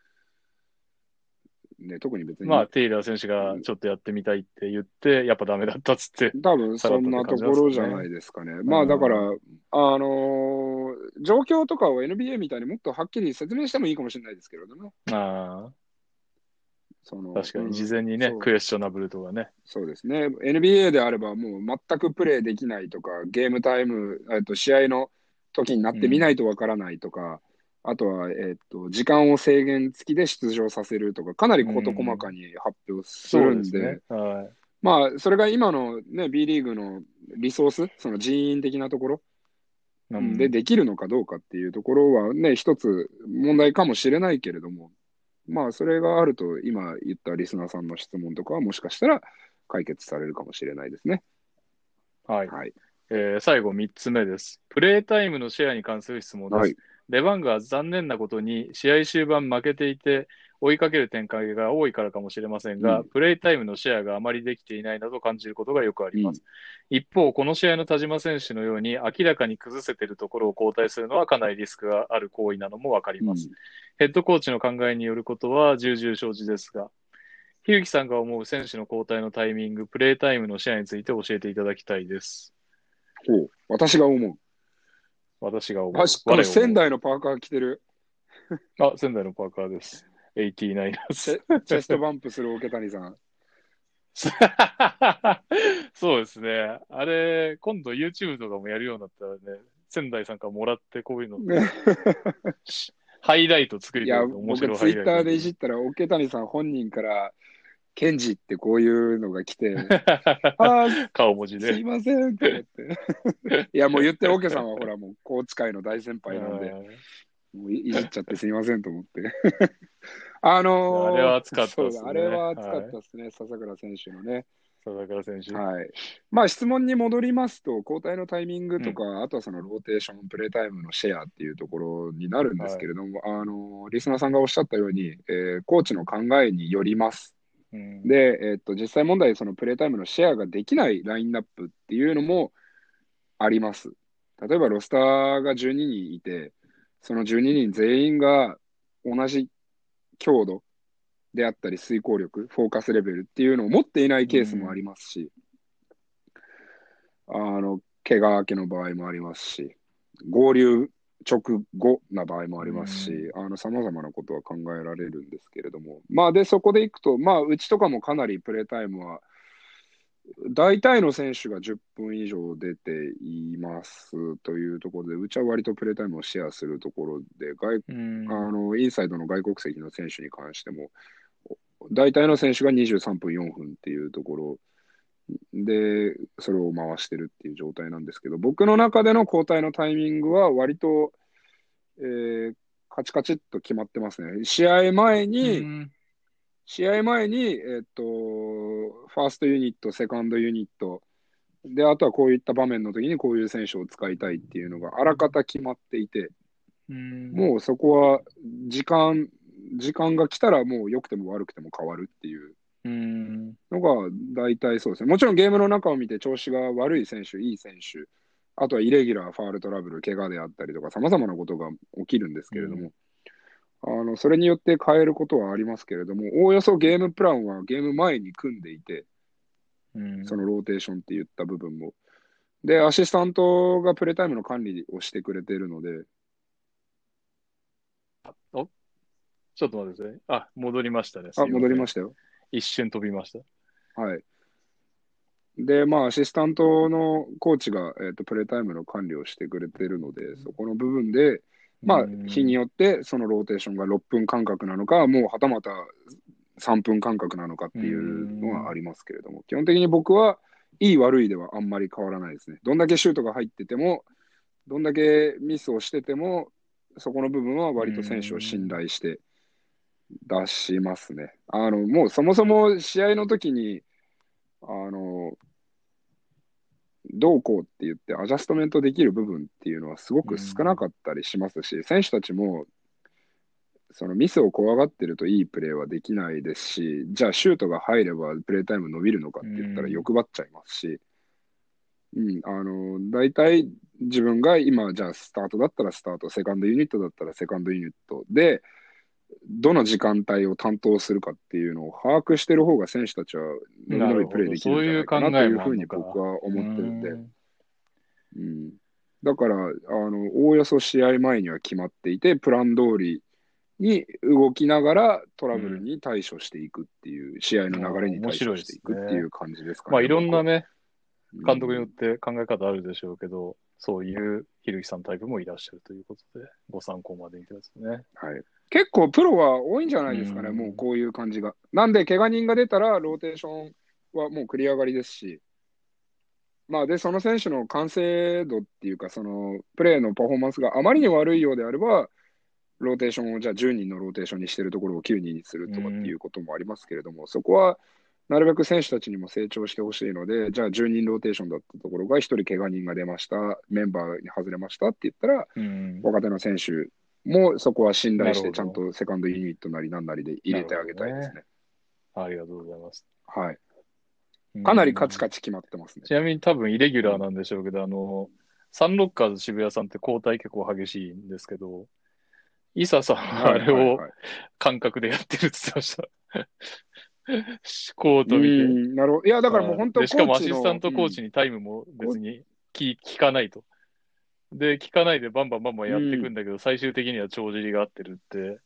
ね、特に別に、 まあ、テイラー選手がちょっとやってみたいって言って、やっぱダメだったっつって、 多分そんなところじゃないい。 ですかね。まあだから、 うあのー状況とかを エヌビーエー みたいにもっとはっきり説明してもいいかもしれないですけれどね。 あその確かに、 うん事前にね、 そうクエスチョナブルとかね。 そうですね。エヌビーエー であればもう全くプレーできないとか、ゲームタイム、えっと、試合の時になってみないとわからないとか、あとは、えっと、時間を制限付きで出場させるとか、かなり事細かに発表すそうるんで、 ですね。はい。 まあ、それが今のね、B リーグのリソース、その人員的なところうんでできるのかどうかっていうところはね、一つ問題かもしれないけれども、まあ、それがあると、今言ったリスナーさんの質問とかはもしかしたら解決されるかもしれないですね。 はい。 はい。 えー最後みっつめです。プレータイムのシェアに関する質問です。 はい。 レバンガは残念なことに試合終盤負けていて追いかける展開が多いからかもしれませんが、 うんプレータイムのシェアがあまりできていないなと感じることがよくあります。一方、この試合の田島選手のように明らかに崩せているところを交代するのはかなりリスクがある行為なのもわかります。 うんヘッドコーチの考えによることは重々承知ですが、ひゆきさんが思う選手の交代のタイミング、プレータイムのシェアについて教えていただきたいです。 ほう。私が思う。 私が思う。 あ、しかも我思う仙台のパーカー着てる。 あ、仙台のパーカーです。エイティナイナーズ。 チェチェストバンプする桶谷さん。 そうですね。あれ、今度 YouTube とかもやるようになったらね、仙台さんからもらってこういうのしハイライト作いや、 りたいです。面僕、 白いハイライツイッターでいじトみったら、桶谷さん本人から、ケンジってこういうのが来て、あー、 顔文字で。 すいませんとか言って。いや、もう言って、オケさんはほら、もう、コーチ界の大先輩なんで、もういいじっちゃってすいませんと思って。ああれはのー熱かったそうだ、 ですね。 あれは熱かっはい。 たですね、笹倉選手のね。 笹倉選手。 はい。まあ、質問に戻りますと、交代のタイミングうん。 とか、あとはそのローテーション、プレータイムのシェアっていうところになるんですはい。 けれども、あのーリスナーさんがおっしゃったように、えーコーチの考えによります。 うん。 で、えっと、実際問題、そのプレータイムのシェアができないラインナップっていうのもあります。例えば、ロスターがじゅうににんいて、そのじゅうににん全員が同じ強度であったり、遂行力、フォーカスレベルっていうのを持っていないうケースもありん。 ますし、あの、怪我明けの場合もありますし、合流直後な場合もあうりますし、 ん。 あの、様々なことは考えられるんですけれども、まあ、で、そこでいくと、まあ、うちとかもかなりプレータイムは、大体の選手がじゅっぷん以上出ていますというところで、うちは割とプレータイムをシェアするところで、外うあん。 のインサイドの外国籍の選手に関しても、大体の選手がにじゅうさんぷんよんふんっていうところで、それを回してるっていう状態なんですけど、僕の中での交代のタイミングは割と、えーカチカチっと決まってますね。試合前に、 うん。 試合前に、えっと、ファーストユニット、セカンドユニット、で、あとはこういった場面の時にこういう選手を使いたいっていうのがあらかた決まっていて、 うん。 もうそこは時間、時間が来たらもう良くても悪くても変わるっていううん。 のが大体そうですね。もちろんゲームの中を見て調子が悪い選手、いい選手、あとはイレギュラー、ファールトラブル、怪我であったりとか、様々なことが起きるんですけれども、あの、それによって変えることはありますけれども、おおよそゲームプランはゲーム前に組んでいて、 うん。 そのローテーションって言った部分も。で、アシスタントがプレータイムの管理をしてくれているので、 お、ちょっと待ってください。あ、戻りましたね。すあ、 いません。 戻りましたよ。 一瞬飛びました。 はい。で、まあ、アシスタントのコーチが、えっと、プレータイムの管理をしてくれているので、そこの部分で、 うまあ、日にん。 よってそのローテーションがろっぷん間隔なのか、もうはたまたさんぷん間隔なのかっうていうのはあん。 りますけれども、基本的に僕はいい悪いではあんまり変わらないですね。どんだけシュートが入ってても、どんだけミスをしてても、そこの部分はう割と選手を信ん。 頼して出しますね。あの、もうそもそも試合の時に、あの、どうこうって言ってアジャストメントできる部分っていうのはすごうく少なかん。 ったりしますし、選手たちもそのミスを怖がってるといいプレーはできないですし、じゃあシュートが入ればプレータイム伸びるのかっうて言ったらん。 欲張っちゃいますし、うん、あの、大体自分が今、じゃあスタートだったらスタート、セカンドユニットだったらセカンドユニットで、どの時間帯を担当するかっていうのを把握してる方が選手たちは伸び伸びプなるほど。 レーできるんじゃそういう考ないかなとえいうふうにもあるのか。 僕はう思ってるんで、 ん。 うん、だから、あの、おおよそ試合前には決まっていて、プラン通りに動きながらトラブルうん。 に対処していくっていう、試合のああ、 流れに面対処白いですしていくっていね。 う感じですかね、 まあ、いろん僕は。 なね、 う監督によっん、 て考え方あるでしょうけど、そういうひるきさんタイプもいらっしゃるということで、ご参考までにですね。 はい。結構プロは多いんじゃなういですかね、もうん。 こういう感じが。なんで、怪我人が出たらローテーションはもう繰り上がりですし、まあ、で、その選手の完成度っていうか、そのプレーのパフォーマンスがあまりに悪いようであれば、ローテーションをじゃあじゅうにんのローテーションにしてるところをきゅうにんにするとかっていうん。 うこともありますけれども、そこはなるべく選手たちにも成長してほしいので、じゃあじゅうにんローテーションだったところがひとり怪我人が出ました、メンバーに外れましたって言ったら、 うん。 若手の選手もそこは信頼して、ちゃんなるほど。 とセカンドユニットなりなんなりで入なるれてあげほどね。 たいですね。 ありがとうございます。 はい。 うかなりカチん。 カチ決まってますね。 ちなみに多分イレギュラーうん。 なんでしょうけど、あの、サンロッカーズ渋谷さんって交代結構激しいんですけど、イサさんははいあれをはいはい。 感覚でやってるって言ってました。思考うーと見て。 ん、なるほど。いや、だからもうはい。で、 本当しかもアコーチの、 シスタントうん、 コーチにタイムもこ別に聞聞かないと。で、聞かないでバンバンバンバンうやっていくん、 んだけど、最終的には帳尻が合ってるって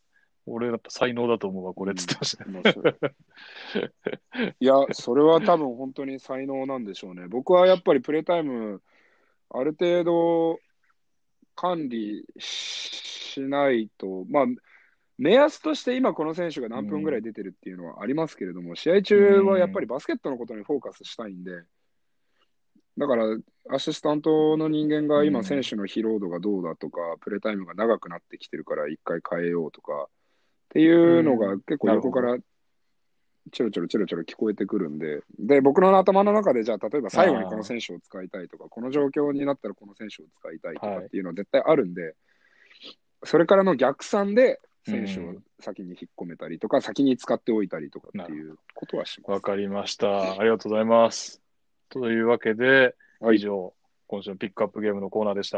俺やっぱ才能だと思うわ、これっつってましたね。 面白い。いや、それは多分本当に才能なんでしょうね。僕はやっぱりプレータイム、ある程度管理しないと、まあ、目安として今この選手が何分ぐらい出てるっていうのはありますけれども、試合中はやっぱりバスケットのことにフォーカスしたいんで、だからアシスタントの人間が今選手の疲労度がどうだとか、プレータイムが長くなってきてるから一回変えようとかっていうのが結構横からチロチョロチロチョロ聞こえてくるんで、で、僕の頭の中でじゃあ例えば最後にこの選手を使いたいとか、この状況になったらこの選手を使いたいとかっていうのは絶対あるんで、それからの逆算で選手を先に引っ込めたりとか、先に使っておいたりとかっていうことはします。 わかりました。ありがとうございます。というわけで、以上、はい、今週のピックアップゲームのコーナーでした。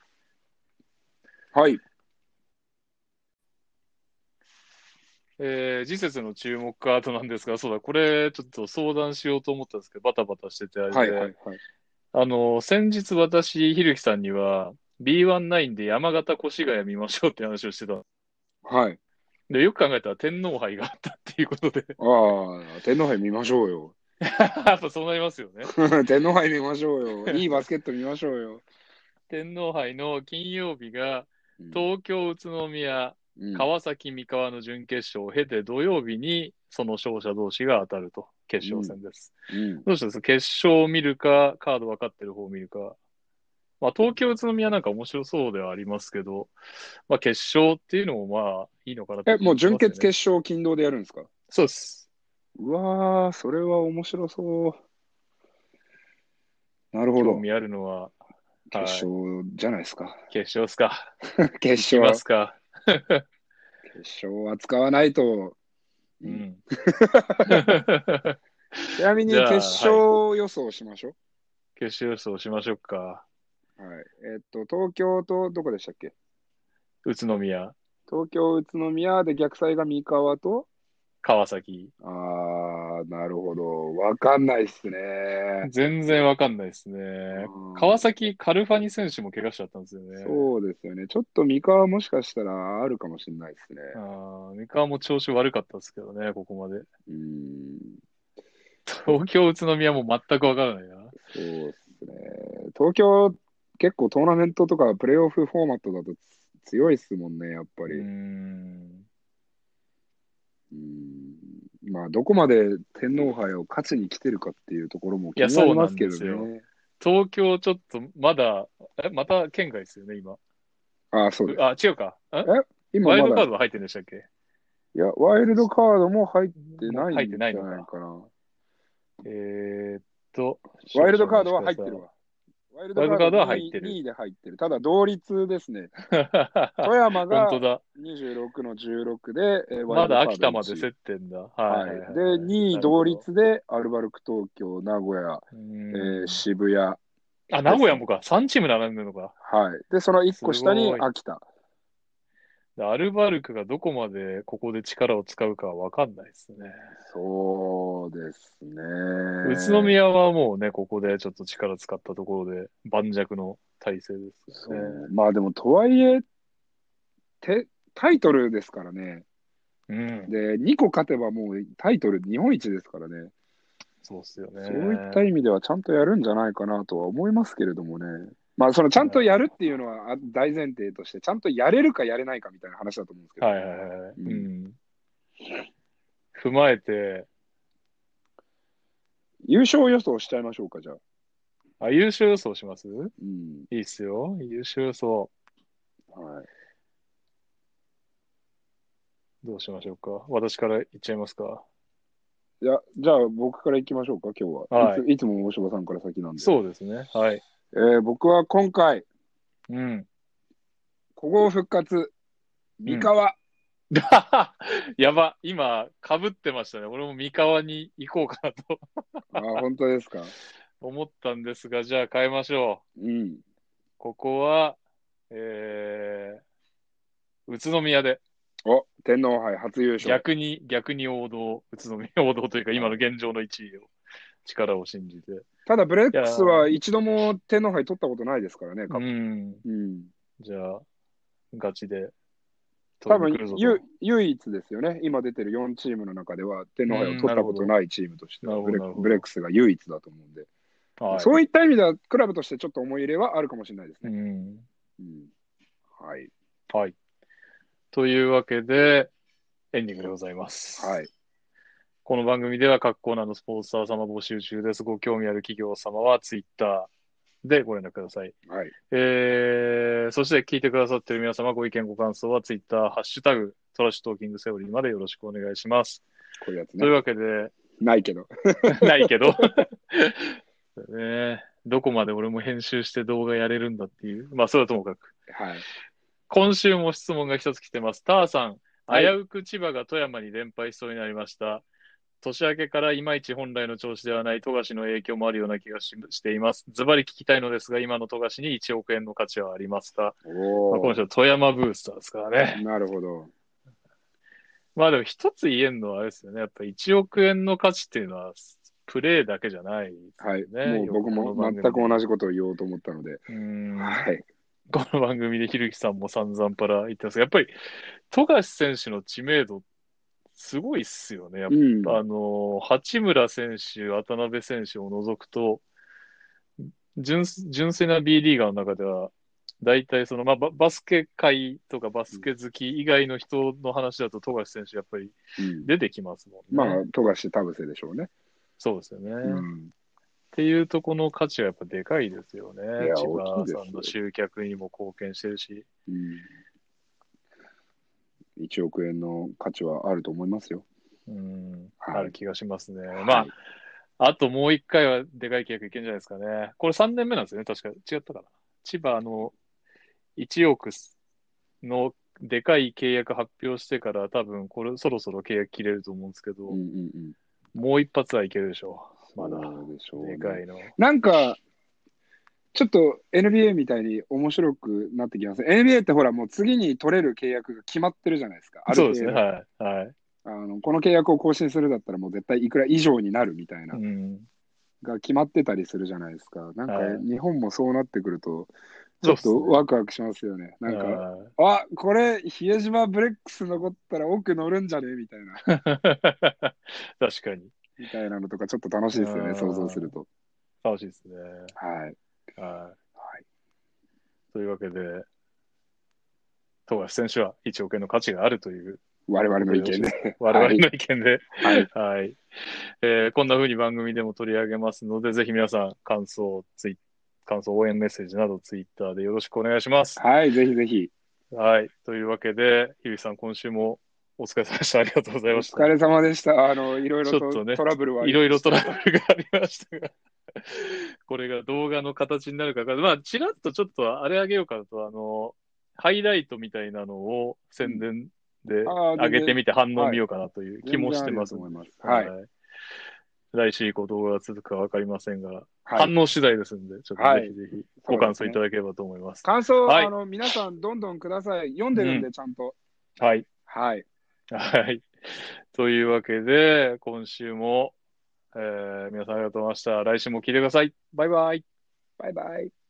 はい。 えー、次節の注目カードなんですが、そうだ、これちょっと相談しようと思ったんですけど、バタバタしててあれで、 はいはいはい、 あの、先日私、ひるきさんには ビーワンナイン で山形越谷見ましょうって話をしてた。 はい。 で、よく考えたら天皇杯があったっていうことで。 ああ、天皇杯見ましょうよ。 やっぱそうなりますよね。 天皇杯見ましょうよ。いいバスケット見ましょうよ。 天皇杯の金曜日が、東京、宇都宮、うん、川崎、三河の準決勝を経て、土曜日にその勝者同士が当たると、決勝戦です。うんうん、どうしてですか、決勝を見るか、カード分かってる方を見るか。まあ、東京、宇都宮なんか面白そうではありますけど、まあ、決勝っていうのもまあいいのかなと、ね。 え、もう準決決勝金堂でやるんですか？ そうです。 うわー、それは面白そう。なるほど。 興味あるのは、 決勝じゃないですか。 はい、決勝ですか。 決勝。 いきますか。 決勝は使わないと。 うん。 ちなみに決勝予想しましょう。はい、 決勝予想しましょうか。はい。 えっと、東京とどこでしたっけ？ 宇都宮。 東京、宇都宮で逆サイが三河と川崎。 あー、なるほど。わかんないっすね。 全然わかんないですね。川崎、カルファニ選手も怪我しちゃったんですよね。 そうですよね。ちょっと三河もしかしたらあるかもしれないですね。 あ三河も調子悪かったですけどね、ここまで。 うん東京、宇都宮も全くわからないな。 そうですね。東京、結構トーナメントとかプレーオフフォーマットだと強いっすもんね、やっぱり。うんうんまあ、どこまで天皇杯を勝ちに来てるかっていうところも気になりますけどね。 東京ちょっとまだ、え、また県外ですよね、今。 ああ、そうです。 あ、違うか。 え今ワイルドカードは入ってるんでしたっけ？ いや、ワイルドカードも入ってないんじゃないかな。 えー、っと、 ワイルドカードは入ってるわ。ワイルドカードは入ってる。にいで入ってる。ただ同率ですね。富山がにじゅうろくのじゅうろくで、 えー、まだ秋田まで競ってんだ。はい、はいはい。 で、にい同率でアルバルク東京、名古屋、えー、渋谷。あ、 名古屋もか。さんチーム並んでるのか。 はい。で、そのいっこ下に秋田。 アルバルクがどこまでここで力を使うかは分かんないですね。 そうですね。 宇都宮はもうね、ここでちょっと力使ったところで盤石の体制ですね。 まあでも、とはいえ、てタイトルですからね。 うん、 で、にこ勝てばもうタイトル日本一ですからね。 そうですよね。 そういった意味ではちゃんとやるんじゃないかなとは思いますけれどもね。まあ、そのちゃんとやるっていうのは大前提として、ちゃんとやれるかやれないかみたいな話だと思うんですけど。 はいはいはい。うん。踏まえて、 優勝予想しちゃいましょうか、じゃあ。 あ、優勝予想します？ うん。 いいっすよ。優勝予想。 はい。 どうしましょうか。私から言っちゃいますか。 いや、じゃあ僕から行きましょうか、今日は。はい、いついつも大柴さんから先なんで。 そうですね。はい。 えー、僕は今回、 うん。 古豪復活、三河。 うん、やば、今、かぶってましたね。俺も三河に行こうかなとあ、本当ですか。 思ったんですが、じゃあ変えましょう。うん。 ここは、えー、宇都宮で。 お、天皇杯初優勝。 逆に、逆に王道、宇都宮王道というか、今の現状のいちいを、力を信じて。 ただ、ブレックスは一度も天皇杯取ったことないですからね、 うん。 うん。 じゃあ、ガチで。 多分取りに来るぞと。 ゆ唯一ですよね。今出てるよんチームの中では天皇杯を取ったことないチームとしてはブレなるほどなるほどブレックスが唯一だと思うんで、 はい。 そういった意味ではクラブとしてちょっと思い入れはあるかもしれないですね。 うん。 うん、はい。 はい。というわけで、エンディングでございます。 はい。 この番組では各コーナーのスポンサー様募集中です。ご興味ある企業様はツイッターでご連絡ください。 はい。 えー、そして聞いてくださっている皆様、ご意見ご感想はツイッター、ハッシュタグ、トラッシュトーキングセオリーまでよろしくお願いします。 こういうやつね。 というわけで、 ないけど。 ないけど、ね、どこまで俺も編集して動画やれるんだっていう。まあ、それはともかく。 はい。 今週も質問が一つ来てます。ターさん、 はい危うく千葉が富山に連敗しそうになりました。年明けからいまいち本来の調子ではない富樫の影響もあるような気がししています。ズバリ聞きたいのですが、今の富樫にいちおくえんの価値はありますか？まあ、 おーこの人は富山ブースターですからね。 なるほど。 まあでも一つ言えるのはあれですよね。やっぱいちおくえんの価値っていうのはプレーだけじゃないですはい。 よね。 もう僕も全く同じことを言おうと思ったので。 うーん。 はい。 この番組でひるきさんも散々パラ言ってますが、やっぱり富樫選手の知名度すごいっすよね。やっぱうん。 あの、八村選手、渡辺選手を除くと、純純粋な B リーガーの中では、大体その、まあ、ババスケ界とかバスケ好き以外の人の話だと、富樫選手やっぱりうん、 出てきますもんね。 まあ、富樫田臥でしょうね。 そうですよね。 うっん。 ていうとこの価値はやっぱでかいですよね。 いや千大きいですよ葉さんの集客にも貢献してるし。 うん。いちおくえんの価値はあると思いますよ。 うん、 はいある気がしますね。 はいまあ、あともう一回はでかい契約いけるんじゃないですかね。これさんねんめなんですよね。確か違ったかな。千葉のいちおくのでかい契約発表してから多分これそろそろ契約切れると思うんですけど、 うんうんうん。 もう一発はいけるでしょう。まだ。 そうでしょうね。 でかいの。 なんか、ちょっと エヌビーエー みたいに面白くなってきます。エヌビーエー ってほらもう次に取れる契約が決まってるじゃないですか。ある程度。 そうですね。はい。はい。 あのこの契約を更新するだったらもう絶対いくら以上になるみたいな、 うん。 が決まってたりするじゃないですか。なんかはい日本もそうなってくると、ちょっとワクワクしますよね。なんか、 はいあ、これ、比江島ブレックス残ったら奥乗るんじゃねみたいな。 確かに。 みたいなのとかちょっと楽しいですよね、 うん想像すると。 楽しいですね。 はい。 はい。 はい、 というわけで、富樫選手はいちおくえんの価値があるという我々の意見で。 我々の意見で、 はい。 はい。えーこんな風に番組でも取り上げますので、ぜひ皆さん、感想、ツイ感想、応援メッセージなど、ツイッターでよろしくお願いします。 はい、ぜひぜひ。 はい。というわけで、ひびさん、今週もお疲れ様でした。ありがとうございおました。 疲れ様でした。あの、いろいろとちょっとねトラブルはありいろいろトまラブルがありましたが、これが動画の形になるかが、まあ、ちらっとちょっとあれあげようかなと、あの、ハイライトみたいなのを宣伝であー上げてみて反応見ようかなという気もしてます。 全然ありだと思います。はい。 い。来週以降動画が続くかわかりませんが、 はい反応次第ですんで、ちょっとはいぜひぜひご感想いただければと思います。 感想、 はいあの、皆さんどんどんください。読んでるんで、 うんちゃんと。 はい。 はい。 はい。というわけで、今週も、えー皆さんありがとうございました。来週も聞いてください。バイバイ。 バイバイ。